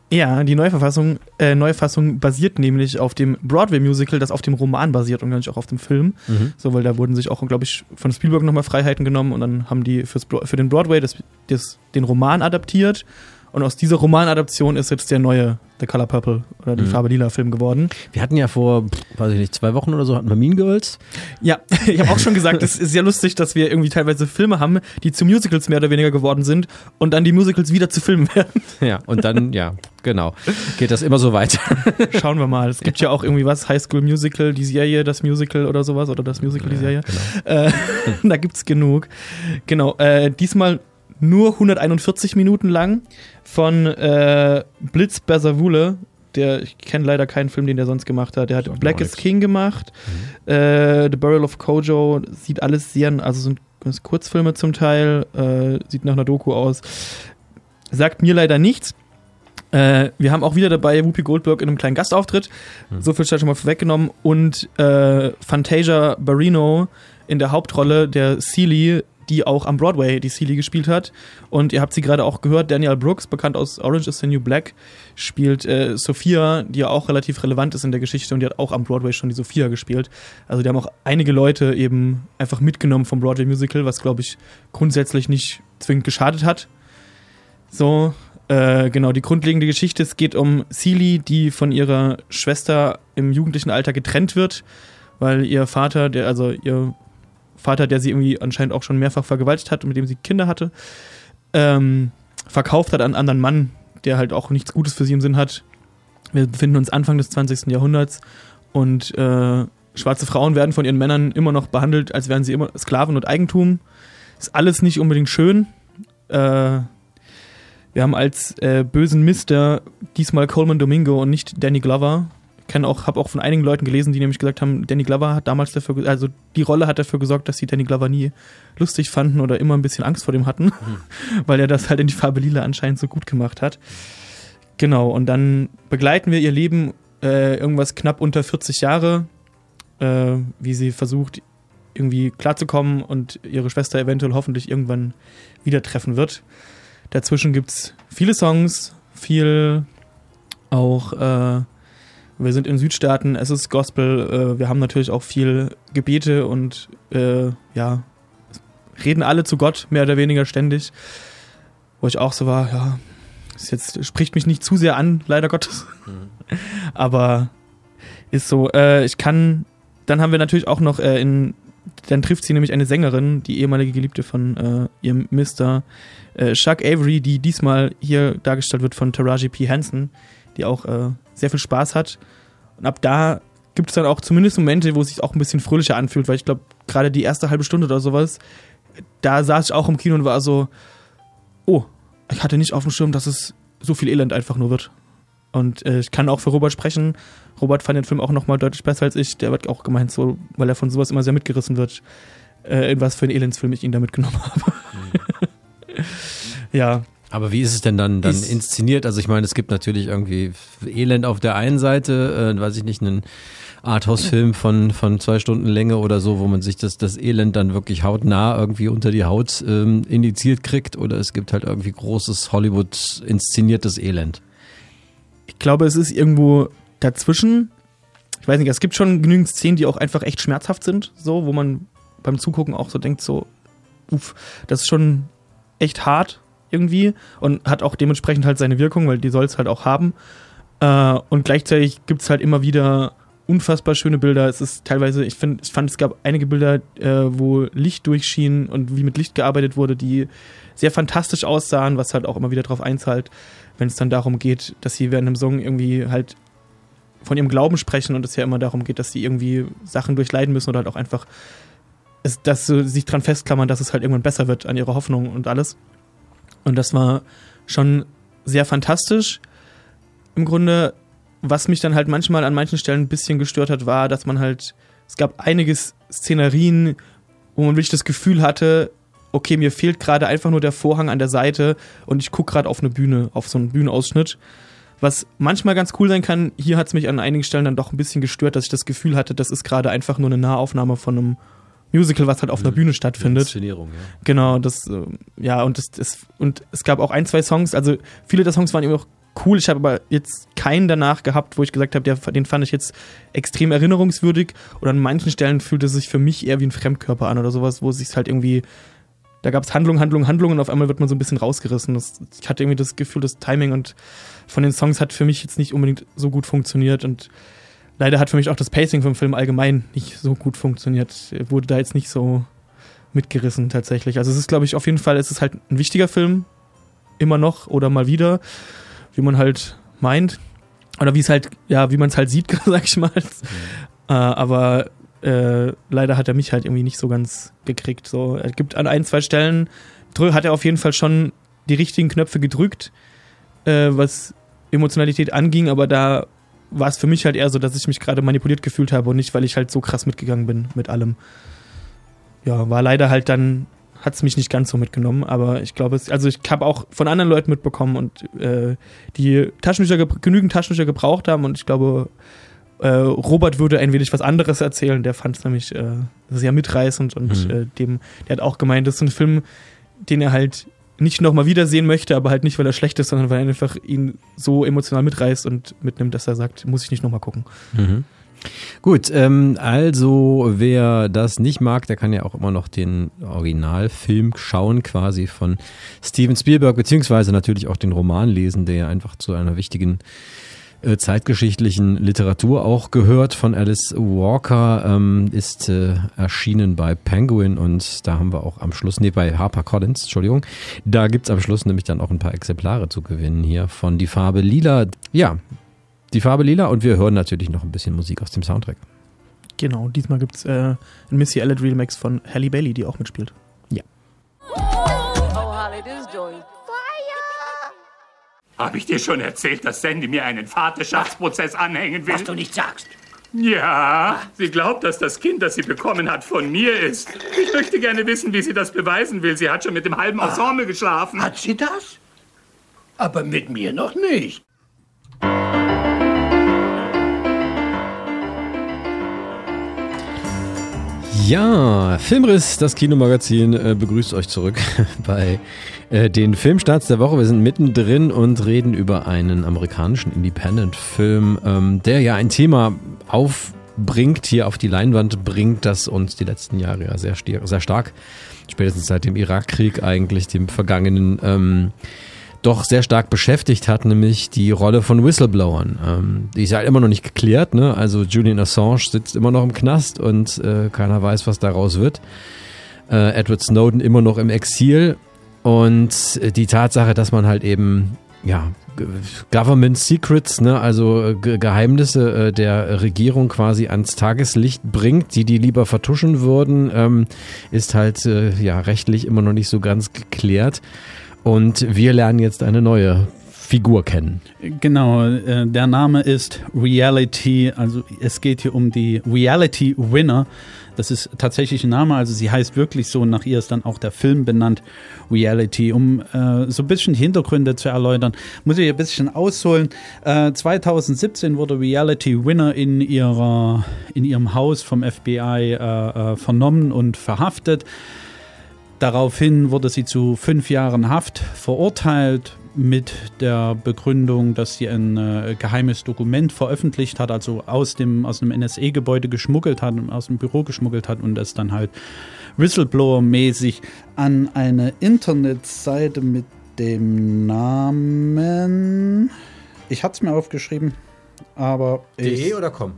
Ja, die Neufassung basiert nämlich auf dem Broadway-Musical, das auf dem Roman basiert und gar nicht auch auf dem Film. So, weil da wurden sich auch, glaube ich, von Spielberg nochmal Freiheiten genommen und dann haben die für den Broadway den Roman adaptiert. Und aus dieser Romanadaption ist jetzt der neue The Color Purple oder die Farbe Lila Film geworden. Wir hatten ja vor, weiß ich nicht, 2 Wochen oder so, hatten wir Mean Girls. Ja, ich habe auch schon gesagt, es ist sehr lustig, dass wir irgendwie teilweise Filme haben, die zu Musicals mehr oder weniger geworden sind und dann die Musicals wieder zu Filmen werden. Ja, und dann, ja, genau, geht das immer so weiter. Schauen wir mal. Es gibt ja auch irgendwie was, High School Musical, die Serie, das Musical oder sowas, oder das Musical, die Serie. Genau. Da gibt's genug. Genau, diesmal nur 141 Minuten lang von Blitz Bazawule. Ich kenne leider keinen Film, den der sonst gemacht hat. Der hat Black is King gemacht, The Burial of Kojo, sieht alles sehr, also sind Kurzfilme zum Teil, sieht nach einer Doku aus. Sagt mir leider nichts. Wir haben auch wieder dabei Whoopi Goldberg in einem kleinen Gastauftritt. So viel schon mal vorweggenommen. Und Fantasia Barrino in der Hauptrolle, der Celie, die auch am Broadway die Celie gespielt hat. Und ihr habt sie gerade auch gehört, Danielle Brooks, bekannt aus Orange is the New Black, spielt Sophia, die ja auch relativ relevant ist in der Geschichte und die hat auch am Broadway schon die Sophia gespielt. Also die haben auch einige Leute eben einfach mitgenommen vom Broadway-Musical, was, glaube ich, grundsätzlich nicht zwingend geschadet hat. So, genau, die grundlegende Geschichte, es geht um Celie, die von ihrer Schwester im jugendlichen Alter getrennt wird, weil ihr Vater, der sie irgendwie anscheinend auch schon mehrfach vergewaltigt hat und mit dem sie Kinder hatte, verkauft hat an einen anderen Mann, der halt auch nichts Gutes für sie im Sinn hat. Wir befinden uns Anfang des 20. Jahrhunderts und schwarze Frauen werden von ihren Männern immer noch behandelt, als wären sie immer Sklaven und Eigentum. Ist alles nicht unbedingt schön. Wir haben als bösen Mister diesmal Coleman Domingo und nicht Danny Glover. Habe auch von einigen Leuten gelesen, die nämlich gesagt haben, Danny Glover hat damals die Rolle hat dafür gesorgt, dass sie Danny Glover nie lustig fanden oder immer ein bisschen Angst vor dem hatten, weil er das halt in die Farbe Lila anscheinend so gut gemacht hat. Genau, und dann begleiten wir ihr Leben irgendwas knapp unter 40 Jahre, wie sie versucht, irgendwie klarzukommen und ihre Schwester eventuell hoffentlich irgendwann wieder treffen wird. Dazwischen gibt's viele Songs, viel auch wir sind in Südstaaten, es ist Gospel, wir haben natürlich auch viel Gebete und reden alle zu Gott, mehr oder weniger ständig. Wo ich auch so war, ja, spricht mich nicht zu sehr an, leider Gottes. Aber ist so, dann haben wir natürlich auch noch dann trifft sie nämlich eine Sängerin, die ehemalige Geliebte von ihrem Mr. Chuck Avery, die diesmal hier dargestellt wird von Taraji P. Henson, die auch sehr viel Spaß hat. Und ab da gibt es dann auch zumindest Momente, wo es sich auch ein bisschen fröhlicher anfühlt, weil ich glaube, gerade die erste halbe Stunde oder sowas, da saß ich auch im Kino und war so, oh, ich hatte nicht auf dem Schirm, dass es so viel Elend einfach nur wird. Und ich kann auch für Robert sprechen. Robert fand den Film auch nochmal deutlich besser als ich. Der wird auch gemeint, so, weil er von sowas immer sehr mitgerissen wird, in was für einen Elendsfilm ich ihn da mitgenommen habe. Ja. Aber wie ist es denn dann inszeniert? Also ich meine, es gibt natürlich irgendwie Elend auf der einen Seite, weiß ich nicht, einen Arthouse-Film von 2 Stunden Länge oder so, wo man sich das Elend dann wirklich hautnah irgendwie unter die Haut injiziert kriegt, oder es gibt halt irgendwie großes Hollywood inszeniertes Elend. Ich glaube, es ist irgendwo dazwischen. Ich weiß nicht, es gibt schon genügend Szenen, die auch einfach echt schmerzhaft sind, so, wo man beim Zugucken auch so denkt, so, das ist schon echt hart irgendwie und hat auch dementsprechend halt seine Wirkung, weil die soll es halt auch haben. Und gleichzeitig gibt es halt immer wieder unfassbar schöne Bilder. Es ist teilweise, ich fand, es gab einige Bilder, wo Licht durchschien und wie mit Licht gearbeitet wurde, die sehr fantastisch aussahen, was halt auch immer wieder drauf einzahlt, wenn es dann darum geht, dass sie während einem Song irgendwie halt von ihrem Glauben sprechen und es ja immer darum geht, dass sie irgendwie Sachen durchleiden müssen oder halt auch einfach, dass sie sich dran festklammern, dass es halt irgendwann besser wird an ihrer Hoffnung und alles. Und das war schon sehr fantastisch. Im Grunde, was mich dann halt manchmal an manchen Stellen ein bisschen gestört hat, war, dass man halt, es gab einige Szenerien, wo man wirklich das Gefühl hatte, okay, mir fehlt gerade einfach nur der Vorhang an der Seite und ich gucke gerade auf eine Bühne, auf so einen Bühnenausschnitt. Was manchmal ganz cool sein kann, hier hat es mich an einigen Stellen dann doch ein bisschen gestört, dass ich das Gefühl hatte, das ist gerade einfach nur eine Nahaufnahme von einem Musical, was halt auf einer Bühne stattfindet. Inszenierung, ja. Genau, und es gab auch 1, 2 Songs, also viele der Songs waren eben auch cool. Ich habe aber jetzt keinen danach gehabt, wo ich gesagt habe, den fand ich jetzt extrem erinnerungswürdig. Oder an manchen Stellen fühlte es sich für mich eher wie ein Fremdkörper an oder sowas, wo es sich halt irgendwie, da gab es Handlung und auf einmal wird man so ein bisschen rausgerissen. Ich hatte irgendwie das Gefühl, das Timing und von den Songs hat für mich jetzt nicht unbedingt so gut funktioniert und leider hat für mich auch das Pacing vom Film allgemein nicht so gut funktioniert. Wurde da jetzt nicht so mitgerissen tatsächlich. Also es ist, glaube ich, auf jeden Fall, es ist halt ein wichtiger Film, immer noch oder mal wieder, wie man halt meint. Oder wie es halt, ja, wie man es halt sieht, sag ich mal. Aber leider hat er mich halt irgendwie nicht so ganz gekriegt. So, er gibt an 1, 2 Stellen, hat er auf jeden Fall schon die richtigen Knöpfe gedrückt, was Emotionalität anging, aber da war es für mich halt eher so, dass ich mich gerade manipuliert gefühlt habe und nicht, weil ich halt so krass mitgegangen bin mit allem. Ja, war leider halt dann, hat es mich nicht ganz so mitgenommen, aber ich glaube, ich habe auch von anderen Leuten mitbekommen und die genügend Taschentücher gebraucht haben und ich glaube, Robert würde ein wenig was anderes erzählen, der fand es nämlich sehr mitreißend und der hat auch gemeint, das ist ein Film, den er halt nicht nochmal wiedersehen möchte, aber halt nicht, weil er schlecht ist, sondern weil er einfach ihn so emotional mitreißt und mitnimmt, dass er sagt, muss ich nicht nochmal gucken. Mhm. Gut, also wer das nicht mag, der kann ja auch immer noch den Originalfilm schauen, quasi von Steven Spielberg, beziehungsweise natürlich auch den Roman lesen, der ja einfach zu einer wichtigen zeitgeschichtlichen Literatur auch gehört von Alice Walker, ist erschienen bei Penguin und da haben wir auch am Schluss, bei HarperCollins, Entschuldigung, da gibt's am Schluss nämlich dann auch ein paar Exemplare zu gewinnen hier von Die Farbe Lila. Ja, Die Farbe Lila und wir hören natürlich noch ein bisschen Musik aus dem Soundtrack. Genau, diesmal gibt's ein Missy Elliott Remix von Halle Bailey, die auch mitspielt. Ja. Oh, Holly, this joint. Habe ich dir schon erzählt, dass Sandy mir einen Vaterschaftsprozess anhängen will? Was du nicht sagst. Ja, sie glaubt, dass das Kind, das sie bekommen hat, von mir ist. Ich möchte gerne wissen, wie sie das beweisen will. Sie hat schon mit dem halben Ensemble geschlafen. Hat sie das? Aber mit mir noch nicht. Ja, Filmriss, das Kinomagazin, begrüßt euch zurück bei den Filmstarts der Woche. Wir sind mittendrin und reden über einen amerikanischen Independent-Film, der ja ein Thema aufbringt, hier auf die Leinwand bringt, das uns die letzten Jahre ja sehr stark, spätestens seit dem Irakkrieg eigentlich, dem vergangenen, doch sehr stark beschäftigt hat, nämlich die Rolle von Whistleblowern. Die ist ja immer noch nicht geklärt, ne? Also Julian Assange sitzt immer noch im Knast und keiner weiß, was daraus wird. Edward Snowden immer noch im Exil und die Tatsache, dass man halt eben, ja, Government Secrets, ne, also Geheimnisse der Regierung quasi ans Tageslicht bringt, die lieber vertuschen würden, ist halt ja rechtlich immer noch nicht so ganz geklärt. Und wir lernen jetzt eine neue Figur kennen. Genau, der Name ist Reality, also es geht hier um die Reality Winner. Das ist tatsächlich ein Name, also sie heißt wirklich so, nach ihr ist dann auch der Film benannt, Reality. Um so ein bisschen Hintergründe zu erläutern, muss ich ein bisschen ausholen. 2017 wurde Reality Winner in ihrem Haus vom FBI vernommen und verhaftet. Daraufhin wurde sie zu 5 Jahren Haft verurteilt mit der Begründung, dass sie ein geheimes Dokument veröffentlicht hat, also aus einem NSA-Gebäude geschmuggelt hat, aus dem Büro geschmuggelt hat und es dann halt Whistleblower-mäßig an eine Internetseite mit dem Namen, ich hatte es mir aufgeschrieben, aber .de oder .com?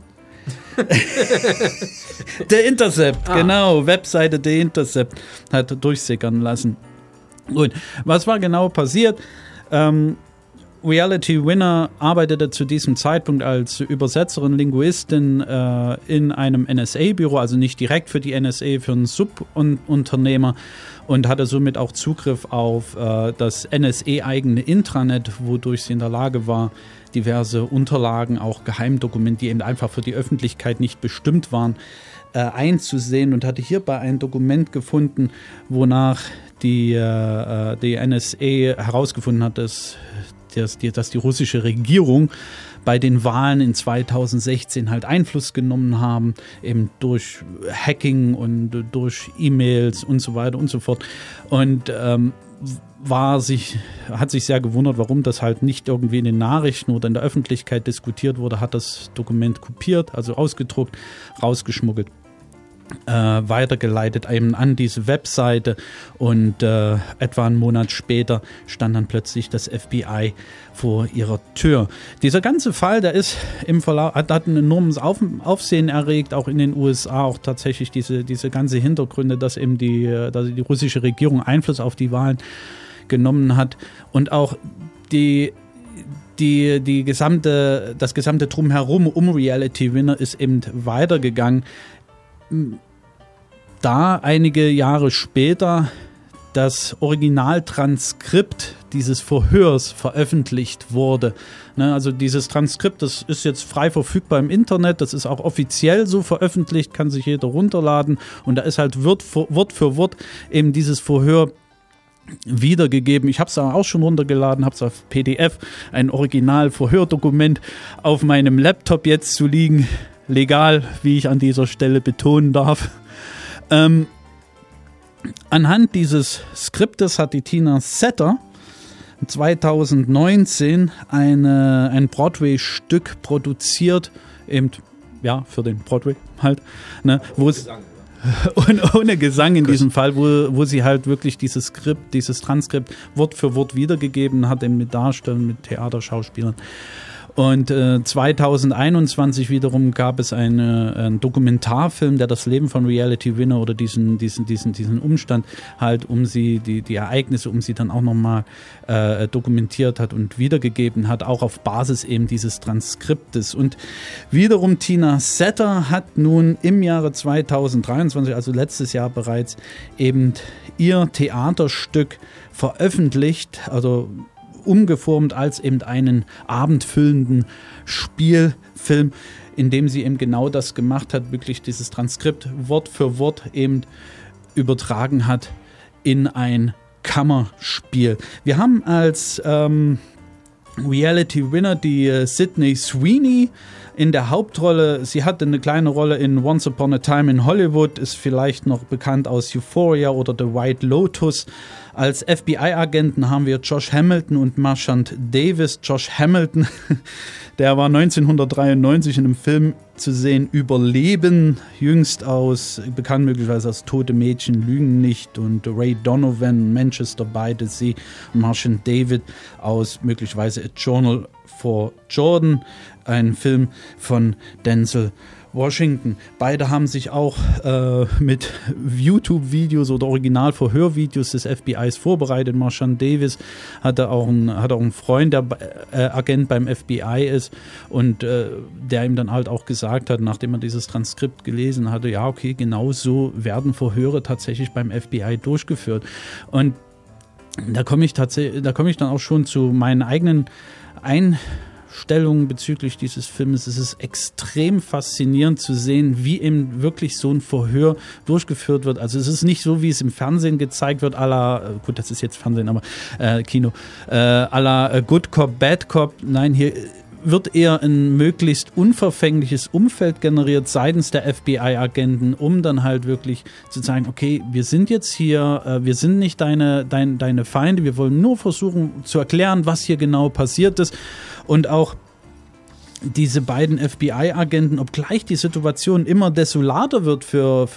Der Intercept, genau, Webseite The Intercept hat durchsickern lassen. Gut, was war genau passiert? Reality Winner arbeitete zu diesem Zeitpunkt als Übersetzerin, Linguistin in einem NSA-Büro, also nicht direkt für die NSA, für einen Subunternehmer und hatte somit auch Zugriff auf das NSA-eigene Intranet, wodurch sie in der Lage war, diverse Unterlagen, auch Geheimdokumente, die eben einfach für die Öffentlichkeit nicht bestimmt waren, einzusehen und hatte hierbei ein Dokument gefunden, wonach die NSA herausgefunden hat, dass die russische Regierung bei den Wahlen in 2016 halt Einfluss genommen haben, eben durch Hacking und durch E-Mails und so weiter und so fort. Und hat sich sehr gewundert, warum das halt nicht irgendwie in den Nachrichten oder in der Öffentlichkeit diskutiert wurde, hat das Dokument kopiert, also ausgedruckt, rausgeschmuggelt, weitergeleitet eben an diese Webseite und etwa einen Monat später stand dann plötzlich das FBI vor ihrer Tür. Dieser ganze Fall, der ist im Verlauf, hat ein enormes Aufsehen erregt, auch in den USA, auch tatsächlich diese ganze Hintergründe, dass eben die russische Regierung Einfluss auf die Wahlen genommen hat und auch das gesamte Drumherum um Reality Winner ist eben weitergegangen. Da einige Jahre später das Originaltranskript dieses Verhörs veröffentlicht wurde. Also dieses Transkript, das ist jetzt frei verfügbar im Internet, das ist auch offiziell so veröffentlicht, kann sich jeder runterladen und da ist halt Wort für Wort eben dieses Verhör wiedergegeben. Ich habe es auch schon runtergeladen, habe es auf PDF, ein Original-Verhördokument auf meinem Laptop jetzt zu liegen. Legal, wie ich an dieser Stelle betonen darf. Anhand dieses Skriptes hat die Tina Setter 2019 ein Broadway-Stück produziert, eben ja für den Broadway halt, wo es ohne Gesang in diesem Fall, wo sie halt wirklich dieses Transkript Wort für Wort wiedergegeben hat, eben mit Darstellern, mit Theaterschauspielern. Und 2021 wiederum gab es einen Dokumentarfilm, der das Leben von Reality Winner oder diesen Umstand halt die Ereignisse dann auch nochmal dokumentiert hat und wiedergegeben hat, auch auf Basis eben dieses Transkriptes. Und wiederum Tina Setter hat nun im Jahre 2023, also letztes Jahr bereits, eben ihr Theaterstück veröffentlicht, also umgeformt als eben einen abendfüllenden Spielfilm, in dem sie eben genau das gemacht hat, wirklich dieses Transkript Wort für Wort eben übertragen hat in ein Kammerspiel. Wir haben als Reality Winner die Sydney Sweeney in der Hauptrolle. Sie hatte eine kleine Rolle in Once Upon a Time in Hollywood, ist vielleicht noch bekannt aus Euphoria oder The White Lotus. Als FBI-Agenten haben wir Josh Hamilton und Marchand Davis. Josh Hamilton, der war 1993 in einem Film zu sehen, Überleben, jüngst bekannt möglicherweise als Tote Mädchen lügen nicht und Ray Donovan, Manchester by the Sea und Marchand David aus möglicherweise A Journal for Jordan, ein Film von Denzel Washington. Beide haben sich auch mit YouTube-Videos oder Original-Verhörvideos des FBIs vorbereitet. Marchand Davis hatte auch einen Freund, der Agent beim FBI ist und der ihm dann halt auch gesagt hat, nachdem er dieses Transkript gelesen hatte, ja okay, genau so werden Verhöre tatsächlich beim FBI durchgeführt. Und da komme ich dann auch schon zu meinen eigenen Einstellungen bezüglich dieses Filmes. Es ist extrem faszinierend zu sehen, wie eben wirklich so ein Verhör durchgeführt wird. Also es ist nicht so, wie es im Fernsehen gezeigt wird, à la, gut, das ist jetzt Fernsehen, aber Kino, à la Good Cop, Bad Cop. Nein, hier wird eher ein möglichst unverfängliches Umfeld generiert seitens der FBI-Agenten, um dann halt wirklich zu sagen, okay, wir sind jetzt hier, wir sind nicht deine Feinde, wir wollen nur versuchen zu erklären, was hier genau passiert ist. Und auch diese beiden FBI-Agenten, obgleich die Situation immer desolater wird für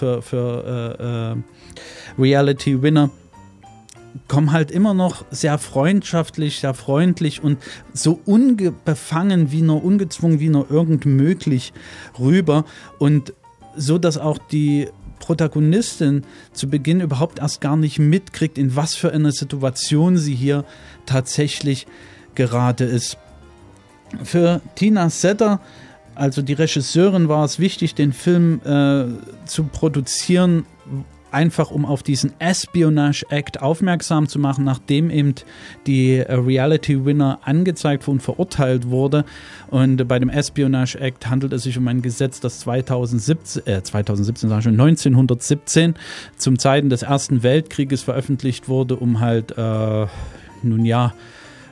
Reality Winner, kommen halt immer noch sehr freundschaftlich, sehr freundlich und so unbefangen wie nur, ungezwungen wie nur irgend möglich rüber. Und so, dass auch die Protagonistin zu Beginn überhaupt erst gar nicht mitkriegt, in was für eine Situation sie hier tatsächlich gerade ist. Für Tina Setter, also die Regisseurin, war es wichtig, den Film zu produzieren, einfach um auf diesen Espionage Act aufmerksam zu machen, nachdem eben die Reality Winner angezeigt und verurteilt wurde. Und bei dem Espionage Act handelt es sich um ein Gesetz, das 1917 zum Zeiten des Ersten Weltkrieges veröffentlicht wurde, um halt,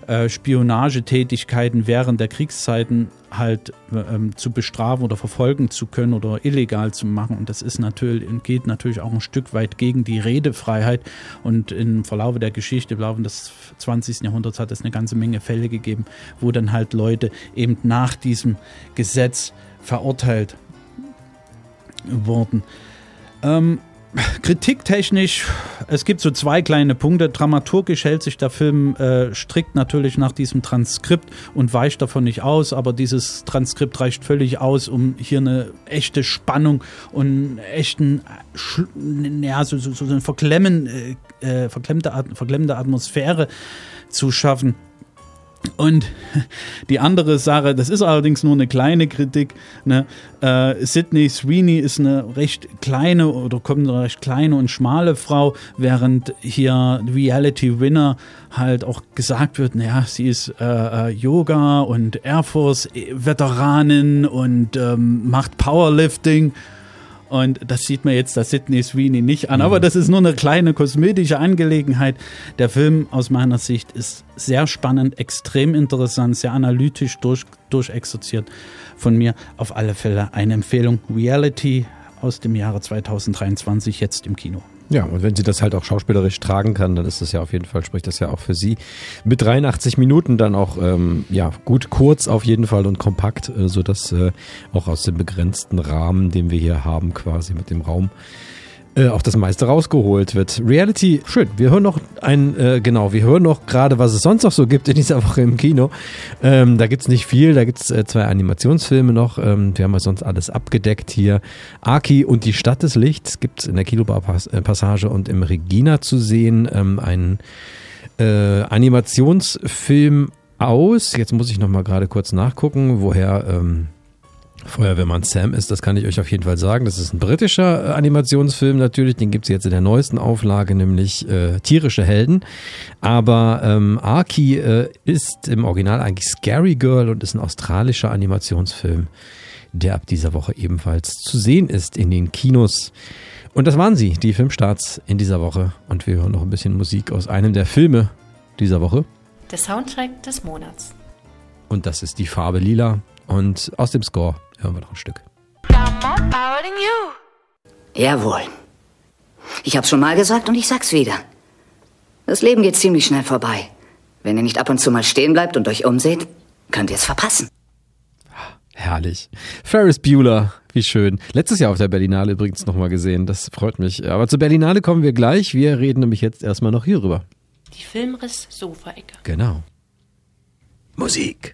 Spionagetätigkeiten während der Kriegszeiten halt zu bestrafen oder verfolgen zu können oder illegal zu machen. Und das ist geht natürlich auch ein Stück weit gegen die Redefreiheit. Und im Verlauf der Geschichte, im Laufe des 20. Jahrhunderts hat es eine ganze Menge Fälle gegeben, wo dann halt Leute eben nach diesem Gesetz verurteilt wurden. Kritiktechnisch, es gibt so 2 kleine Punkte. Dramaturgisch hält sich der Film strikt natürlich nach diesem Transkript und weicht davon nicht aus, aber dieses Transkript reicht völlig aus, um hier eine echte Spannung und echten, so eine verklemmte Atmosphäre zu schaffen. Und die andere Sache, das ist allerdings nur eine kleine Kritik, ne? Sydney Sweeney ist eine recht kleine und schmale Frau, während hier Reality Winner halt auch gesagt wird, naja, sie ist Yoga und Air Force Veteranin und macht Powerlifting. Und das sieht man jetzt der Sydney Sweeney nicht an. Aber das ist nur eine kleine kosmetische Angelegenheit. Der Film aus meiner Sicht ist sehr spannend, extrem interessant, sehr analytisch durchexerziert. Von mir auf alle Fälle eine Empfehlung. Reality aus dem Jahre 2023, jetzt im Kino. Ja, und wenn sie das halt auch schauspielerisch tragen kann, dann ist das ja auf jeden Fall, spricht das ja auch für sie. Mit 83 Minuten dann auch, gut kurz auf jeden Fall und kompakt, sodass auch aus dem begrenzten Rahmen, den wir hier haben, quasi mit dem Raum, auch das meiste rausgeholt wird. Reality, schön. Wir hören noch gerade, was es sonst noch so gibt in dieser Woche im Kino. Da gibt's nicht viel, da gibt's 2 Animationsfilme noch. Wir haben ja sonst alles abgedeckt hier. Aki und die Stadt des Lichts gibt's in der Kinobar-Passage und im Regina zu sehen. Ein Animationsfilm aus. Jetzt muss ich noch mal gerade kurz nachgucken, woher Feuerwehrmann Sam ist, das kann ich euch auf jeden Fall sagen. Das ist ein britischer Animationsfilm natürlich, den gibt es jetzt in der neuesten Auflage, nämlich Tierische Helden. Aber Aki ist im Original eigentlich Scary Girl und ist ein australischer Animationsfilm, der ab dieser Woche ebenfalls zu sehen ist in den Kinos. Und das waren sie, die Filmstarts in dieser Woche. Und wir hören noch ein bisschen Musik aus einem der Filme dieser Woche. Der Soundtrack des Monats. Und das ist die Farbe Lila. Und aus dem Score hören wir noch ein Stück. Jawohl. Ich hab's schon mal gesagt und ich sag's wieder. Das Leben geht ziemlich schnell vorbei. Wenn ihr nicht ab und zu mal stehen bleibt und euch umseht, könnt ihr es verpassen. Herrlich. Ferris Bueller, wie schön. Letztes Jahr auf der Berlinale übrigens nochmal gesehen. Das freut mich. Aber zur Berlinale kommen wir gleich. Wir reden nämlich jetzt erstmal noch hier rüber. Die Filmriss-Sofa-Ecke. Genau. Musik.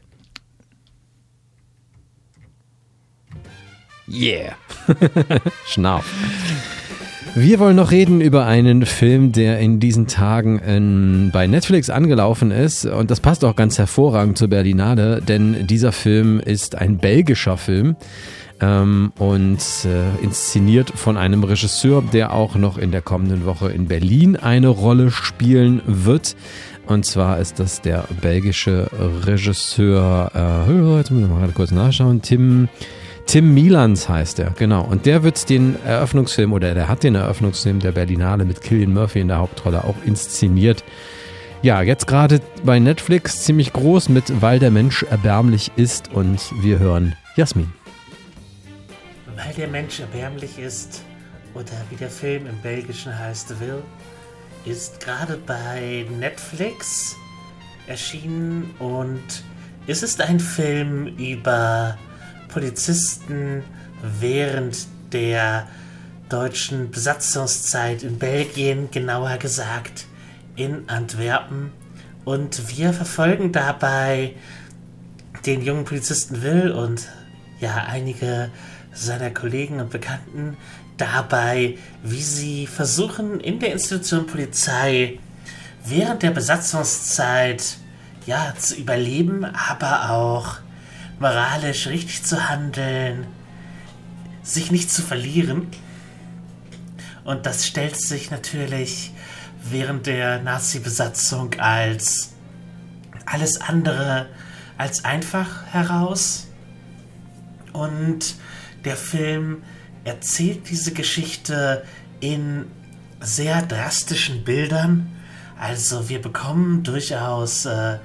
Yeah. Schnauf. Wir wollen noch reden über einen Film, der in diesen Tagen bei Netflix angelaufen ist. Und das passt auch ganz hervorragend zur Berlinale, denn dieser Film ist ein belgischer Film und inszeniert von einem Regisseur, der auch noch in der kommenden Woche in Berlin eine Rolle spielen wird. Und zwar ist das der belgische Regisseur, jetzt müssen wir mal gerade kurz nachschauen, Tim Milans heißt er, genau. Und der wird der hat den Eröffnungsfilm der Berlinale mit Cillian Murphy in der Hauptrolle auch inszeniert. Ja, jetzt gerade bei Netflix ziemlich groß mit Weil der Mensch erbärmlich ist und wir hören Jasmin. Weil der Mensch erbärmlich ist, oder wie der Film im Belgischen heißt, Will, ist gerade bei Netflix erschienen und es ist ein Film über Polizisten während der deutschen Besatzungszeit in Belgien, genauer gesagt in Antwerpen. Und wir verfolgen dabei den jungen Polizisten Will und ja einige seiner Kollegen und Bekannten dabei, wie sie versuchen, in der Institution Polizei während der Besatzungszeit zu überleben, aber auch moralisch richtig zu handeln, sich nicht zu verlieren. Und das stellt sich natürlich während der Nazi-Besatzung als alles andere als einfach heraus. Und der Film erzählt diese Geschichte in sehr drastischen Bildern. Also wir bekommen durchaus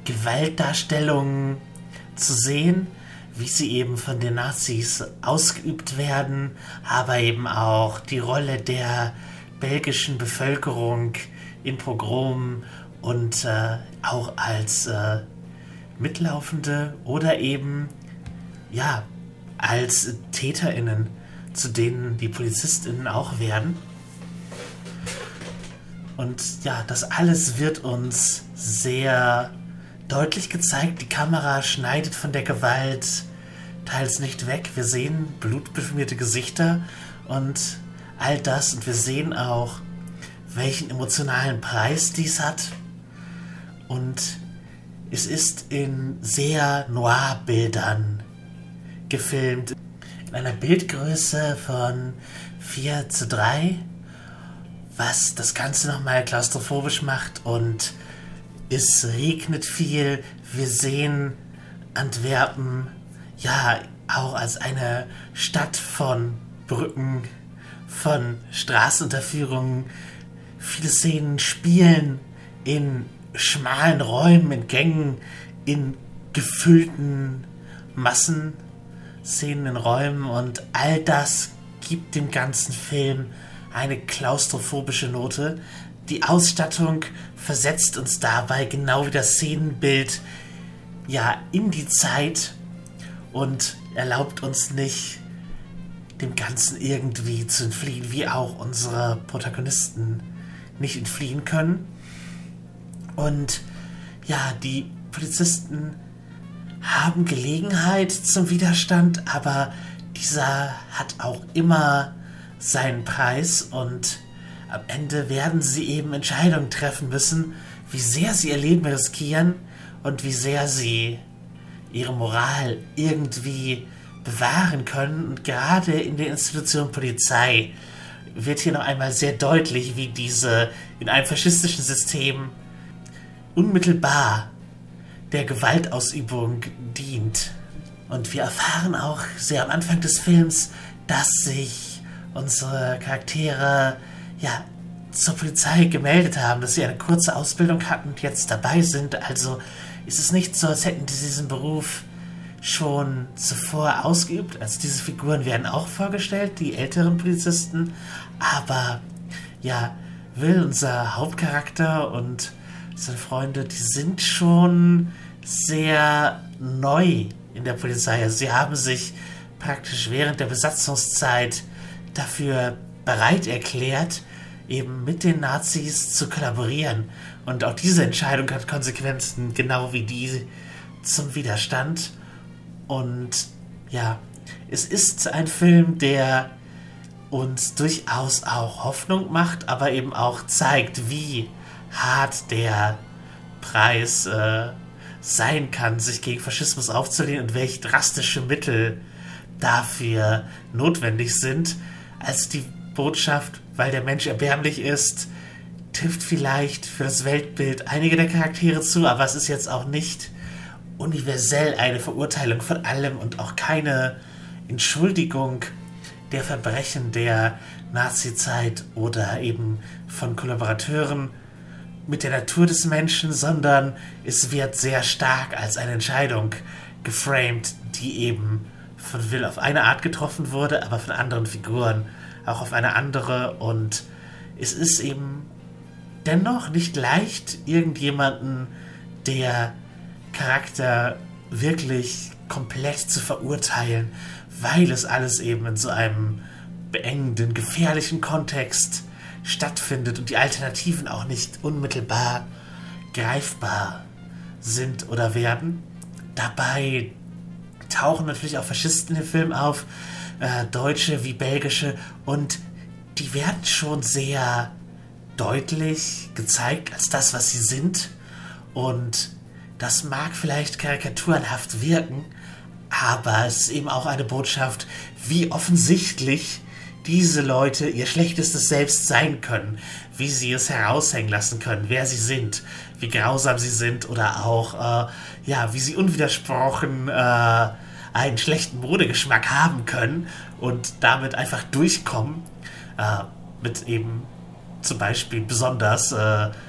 Gewaltdarstellungen zu sehen, wie sie eben von den Nazis ausgeübt werden, aber eben auch die Rolle der belgischen Bevölkerung in Pogromen und auch als Mitlaufende oder eben ja als TäterInnen, zu denen die PolizistInnen auch werden. Und ja, das alles wird uns sehr deutlich gezeigt. Die Kamera schneidet von der Gewalt teils nicht weg. Wir sehen blutbeschmierte Gesichter und all das. Und wir sehen auch, welchen emotionalen Preis dies hat. Und es ist in sehr Noir-Bildern gefilmt. In einer Bildgröße von 4:3, was das Ganze nochmal klaustrophobisch macht. Und es regnet viel. Wir sehen Antwerpen ja auch als eine Stadt von Brücken, von Straßenunterführungen. Viele Szenen spielen in schmalen Räumen, in Gängen, in gefüllten Massenszenen in Räumen, und all das gibt dem ganzen Film eine klaustrophobische Note. Die Ausstattung versetzt uns dabei genau wie das Szenenbild ja in die Zeit und erlaubt uns nicht, dem Ganzen irgendwie zu entfliehen, wie auch unsere Protagonisten nicht entfliehen können. Und ja, die Polizisten haben Gelegenheit zum Widerstand, aber dieser hat auch immer seinen Preis, und am Ende werden sie eben Entscheidungen treffen müssen, wie sehr sie ihr Leben riskieren und wie sehr sie ihre Moral irgendwie bewahren können. Und gerade in der Institution Polizei wird hier noch einmal sehr deutlich, wie diese in einem faschistischen System unmittelbar der Gewaltausübung dient. Und wir erfahren auch sehr am Anfang des Films, dass sich unsere Charaktere ja zur Polizei gemeldet haben, dass sie eine kurze Ausbildung hatten und jetzt dabei sind. Also ist es nicht so, als hätten sie diesen Beruf schon zuvor ausgeübt. Also diese Figuren werden auch vorgestellt, die älteren Polizisten. Aber ja, Will, unser Hauptcharakter, und seine Freunde, die sind schon sehr neu in der Polizei. Also sie haben sich praktisch während der Besatzungszeit dafür bereit erklärt, eben mit den Nazis zu kollaborieren. Und auch diese Entscheidung hat Konsequenzen, genau wie die zum Widerstand. Und ja, es ist ein Film, der uns durchaus auch Hoffnung macht, aber eben auch zeigt, wie hart der Preis sein kann, sich gegen Faschismus aufzulehnen und welche drastische Mittel dafür notwendig sind. Also die Botschaft, weil der Mensch erbärmlich ist, trifft vielleicht für das Weltbild einige der Charaktere zu, aber es ist jetzt auch nicht universell eine Verurteilung von allem und auch keine Entschuldigung der Verbrechen der Nazizeit oder eben von Kollaborateuren mit der Natur des Menschen, sondern es wird sehr stark als eine Entscheidung geframed, die eben von Will auf eine Art getroffen wurde, aber von anderen Figuren auch auf eine andere. Und es ist eben dennoch nicht leicht, irgendjemanden, der Charakter wirklich komplett zu verurteilen, weil es alles eben in so einem beengenden, gefährlichen Kontext stattfindet und die Alternativen auch nicht unmittelbar greifbar sind oder werden. Dabei tauchen natürlich auch Faschisten im Film auf, Deutsche wie Belgische, und die werden schon sehr deutlich gezeigt als das, was sie sind. Und das mag vielleicht karikaturenhaft wirken, aber es ist eben auch eine Botschaft, wie offensichtlich diese Leute ihr schlechtestes Selbst sein können, wie sie es heraushängen lassen können, wer sie sind, wie grausam sie sind oder auch, wie sie unwidersprochen einen schlechten Modegeschmack haben können und damit einfach durchkommen, mit eben zum Beispiel besonders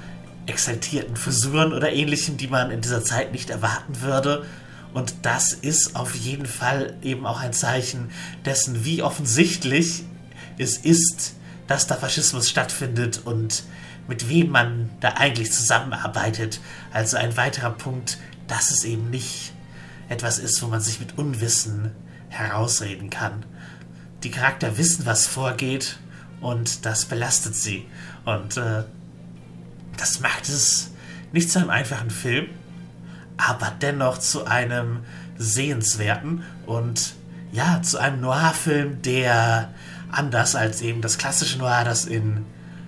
exaltierten Frisuren oder ähnlichem, die man in dieser Zeit nicht erwarten würde. Und das ist auf jeden Fall eben auch ein Zeichen dessen, wie offensichtlich es ist, dass da Faschismus stattfindet und mit wem man da eigentlich zusammenarbeitet. Also ein weiterer Punkt, dass es eben nicht etwas ist, wo man sich mit Unwissen herausreden kann. Die Charakter wissen, was vorgeht, und das belastet sie. Und das macht es nicht zu einem einfachen Film, aber dennoch zu einem sehenswerten und ja, zu einem Noir-Film, der anders als eben das klassische Noir, das in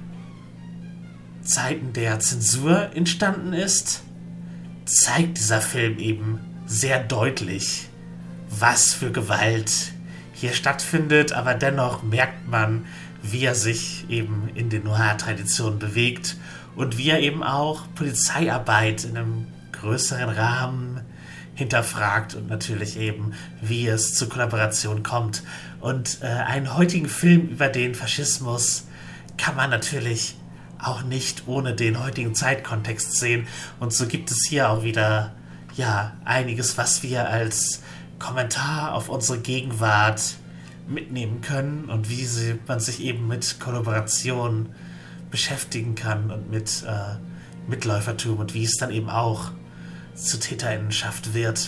Zeiten der Zensur entstanden ist, zeigt dieser Film eben sehr deutlich, was für Gewalt hier stattfindet, aber dennoch merkt man, wie er sich eben in den Noir-Traditionen bewegt und wie er eben auch Polizeiarbeit in einem größeren Rahmen hinterfragt und natürlich eben, wie es zur Kollaboration kommt. Und einen heutigen Film über den Faschismus kann man natürlich auch nicht ohne den heutigen Zeitkontext sehen. Und so gibt es hier auch wieder ja einiges, was wir als Kommentar auf unsere Gegenwart mitnehmen können und wie man sich eben mit Kollaboration beschäftigen kann und mit Mitläufertum und wie es dann eben auch zu TäterInnenschaft wird.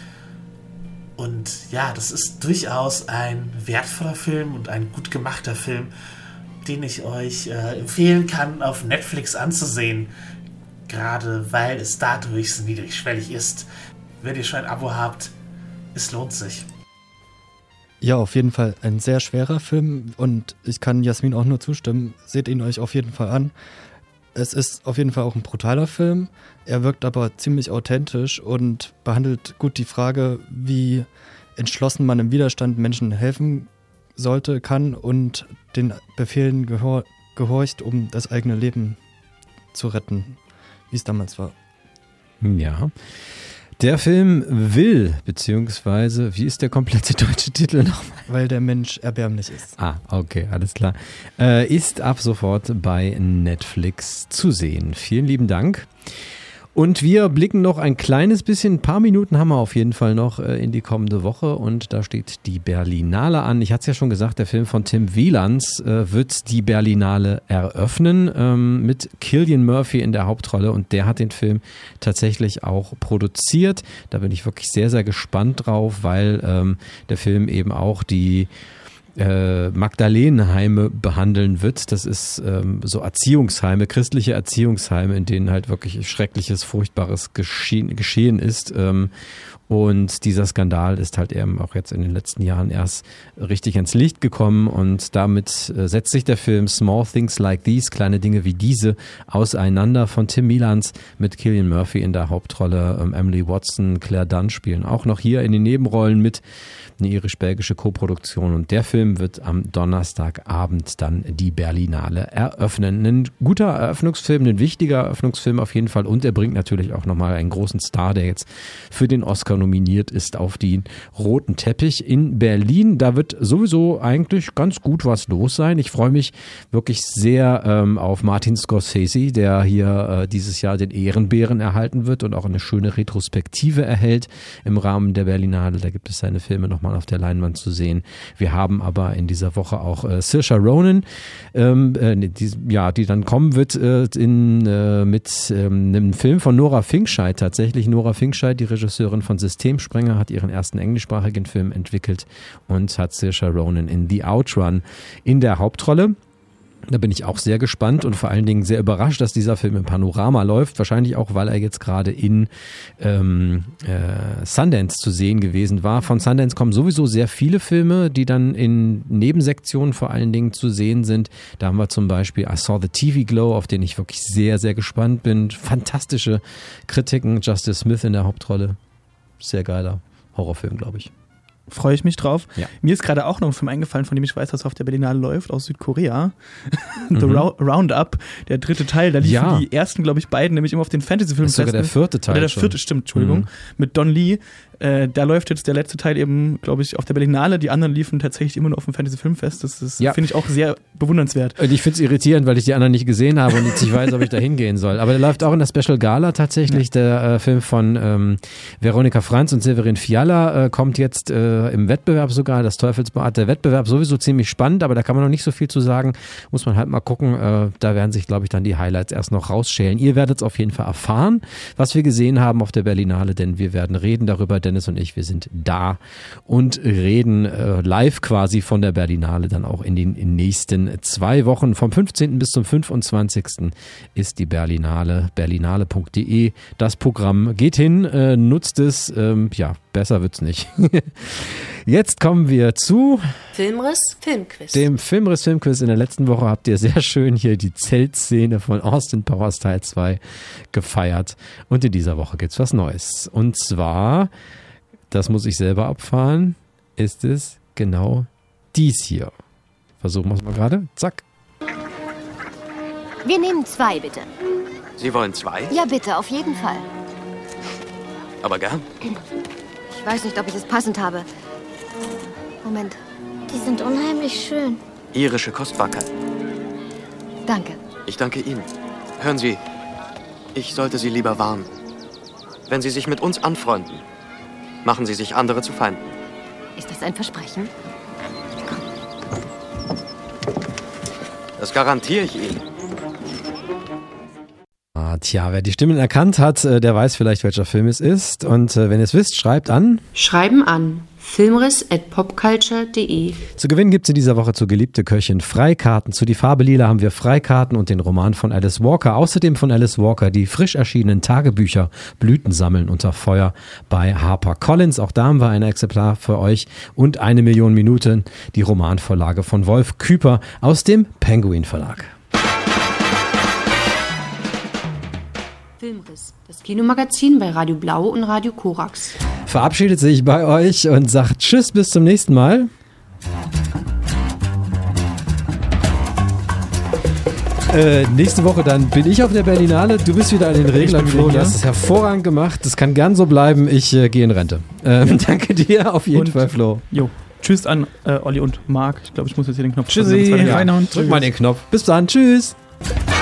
Und ja, das ist durchaus ein wertvoller Film und ein gut gemachter Film, den ich euch empfehlen kann, auf Netflix anzusehen, gerade weil es dadurch so niedrigschwellig ist. Wenn ihr schon ein Abo habt, es lohnt sich. Ja, auf jeden Fall ein sehr schwerer Film und ich kann Jasmin auch nur zustimmen. Seht ihn euch auf jeden Fall an. Es ist auf jeden Fall auch ein brutaler Film. Er wirkt aber ziemlich authentisch und behandelt gut die Frage, wie entschlossen man im Widerstand Menschen helfen sollte, kann und den Befehlen gehorcht, um das eigene Leben zu retten, wie es damals war. Ja. Der Film Will, beziehungsweise, wie ist der komplette deutsche Titel nochmal? Weil der Mensch erbärmlich ist. Ah, okay, alles klar. Ist ab sofort bei Netflix zu sehen. Vielen lieben Dank. Und wir blicken noch ein kleines bisschen, ein paar Minuten haben wir auf jeden Fall noch in die kommende Woche und da steht die Berlinale an. Ich hatte es ja schon gesagt, der Film von Tim Wielands wird die Berlinale eröffnen mit Cillian Murphy in der Hauptrolle und der hat den Film tatsächlich auch produziert. Da bin ich wirklich sehr, sehr gespannt drauf, weil der Film eben auch die Magdalenenheime behandeln wird. Das ist so Erziehungsheime, christliche Erziehungsheime, in denen halt wirklich Schreckliches, Furchtbares geschehen ist. Und dieser Skandal ist halt eben auch jetzt in den letzten Jahren erst richtig ins Licht gekommen und damit setzt sich der Film Small Things Like These, kleine Dinge wie diese, auseinander von Tim Wielands mit Cillian Murphy in der Hauptrolle. Emily Watson, Claire Dunn spielen auch noch hier in den Nebenrollen mit. Eine irisch-belgische Koproduktion und der Film wird am Donnerstagabend dann die Berlinale eröffnen. Ein guter Eröffnungsfilm, ein wichtiger Eröffnungsfilm auf jeden Fall und er bringt natürlich auch nochmal einen großen Star, der jetzt für den Oscar nominiert ist, auf den roten Teppich in Berlin. Da wird sowieso eigentlich ganz gut was los sein. Ich freue mich wirklich sehr auf Martin Scorsese, der hier dieses Jahr den Ehrenbären erhalten wird und auch eine schöne Retrospektive erhält im Rahmen der Berlinale. Da gibt es seine Filme nochmal auf der Leinwand zu sehen. Wir haben aber in dieser Woche auch Saoirse Ronan, die dann kommen wird mit einem Film von Nora Finkscheid tatsächlich. Nora Finkscheid, die Regisseurin von Systemsprenger, hat ihren ersten englischsprachigen Film entwickelt und hat Saoirse Ronan in The Outrun in der Hauptrolle. Da bin ich auch sehr gespannt und vor allen Dingen sehr überrascht, dass dieser Film im Panorama läuft. Wahrscheinlich auch, weil er jetzt gerade in Sundance zu sehen gewesen war. Von Sundance kommen sowieso sehr viele Filme, die dann in Nebensektionen vor allen Dingen zu sehen sind. Da haben wir zum Beispiel I Saw the TV Glow, auf den ich wirklich sehr, sehr gespannt bin. Fantastische Kritiken, Justice Smith in der Hauptrolle. Sehr geiler Horrorfilm, glaube ich. Freue ich mich drauf. Ja. Mir ist gerade auch noch ein Film eingefallen, von dem ich weiß, dass er auf der Berlinale läuft, aus Südkorea. The Roundup, der dritte Teil. Da liefen die ersten, glaube ich, beiden, nämlich immer auf den Fantasy-Filmen. Das ist sogar der vierte Teil. Oder der vierte, stimmt, Entschuldigung. Mit Don Lee. Da läuft jetzt der letzte Teil eben, glaube ich, auf der Berlinale. Die anderen liefen tatsächlich immer nur auf dem Fantasy-Filmfest. Das finde ich auch sehr bewundernswert. Und ich finde es irritierend, weil ich die anderen nicht gesehen habe und jetzt nicht weiß, ob ich da hingehen soll. Aber der läuft auch in der Special Gala tatsächlich. Der Film von Veronika Franz und Severin Fiala kommt jetzt im Wettbewerb sogar, das Teufelsbad. Der Wettbewerb sowieso ziemlich spannend, aber da kann man noch nicht so viel zu sagen. Muss man halt mal gucken. Da werden sich, glaube ich, dann die Highlights erst noch rausschälen. Ihr werdet es auf jeden Fall erfahren, was wir gesehen haben auf der Berlinale, denn wir werden reden darüber. Dennis und ich, wir sind da und reden live quasi von der Berlinale dann auch in den nächsten 2 Wochen. Vom 15. bis zum 25. ist die Berlinale, berlinale.de. Das Programm geht hin, nutzt es, besser wird's nicht. Jetzt kommen wir zu Filmriss Filmquiz. Dem Filmriss Filmquiz. In der letzten Woche habt ihr sehr schön hier die Zeltszene von Austin Powers Teil 2 gefeiert. Und in dieser Woche gibt's was Neues. Und zwar, das muss ich selber abfahren, ist es genau dies hier. Versuchen wir es mal gerade. Zack. Wir nehmen 2, bitte. Sie wollen 2? Ja, bitte, auf jeden Fall. Aber gern. Ich weiß nicht, ob ich es passend habe. Moment. Die sind unheimlich schön. Irische Kostbarkeit. Danke. Ich danke Ihnen. Hören Sie, ich sollte Sie lieber warnen. Wenn Sie sich mit uns anfreunden, machen Sie sich andere zu Feinden. Ist das ein Versprechen? Das garantiere ich Ihnen. Tja, wer die Stimmen erkannt hat, der weiß vielleicht, welcher Film es ist. Und wenn ihr es wisst, schreibt an. Schreiben an filmriss@popculture.de. Zu gewinnen gibt es in dieser Woche zu Geliebte Köchin Freikarten. Zu Die Farbe Lila haben wir Freikarten und den Roman von Alice Walker. Außerdem von Alice Walker die frisch erschienenen Tagebücher Blüten sammeln unter Feuer bei HarperCollins. Auch da haben wir ein Exemplar für euch. Und 1 Million Minuten, die Romanvorlage von Wolf Küper aus dem Penguin Verlag. Filmriss, das Kinomagazin bei Radio Blau und Radio Korax. Verabschiedet sich bei euch und sagt Tschüss, bis zum nächsten Mal. Nächste Woche dann bin ich auf der Berlinale. Du bist wieder an den Reglern, Flo. Du hast es hervorragend gemacht. Das kann gern so bleiben. Ich gehe in Rente. Danke dir auf jeden Fall, Flo. Jo. Tschüss an Olli und Marc. Ich glaube, ich muss jetzt hier den Knopf drücken. Tschüssi. Drück mal den Knopf. Bis dann. Tschüss.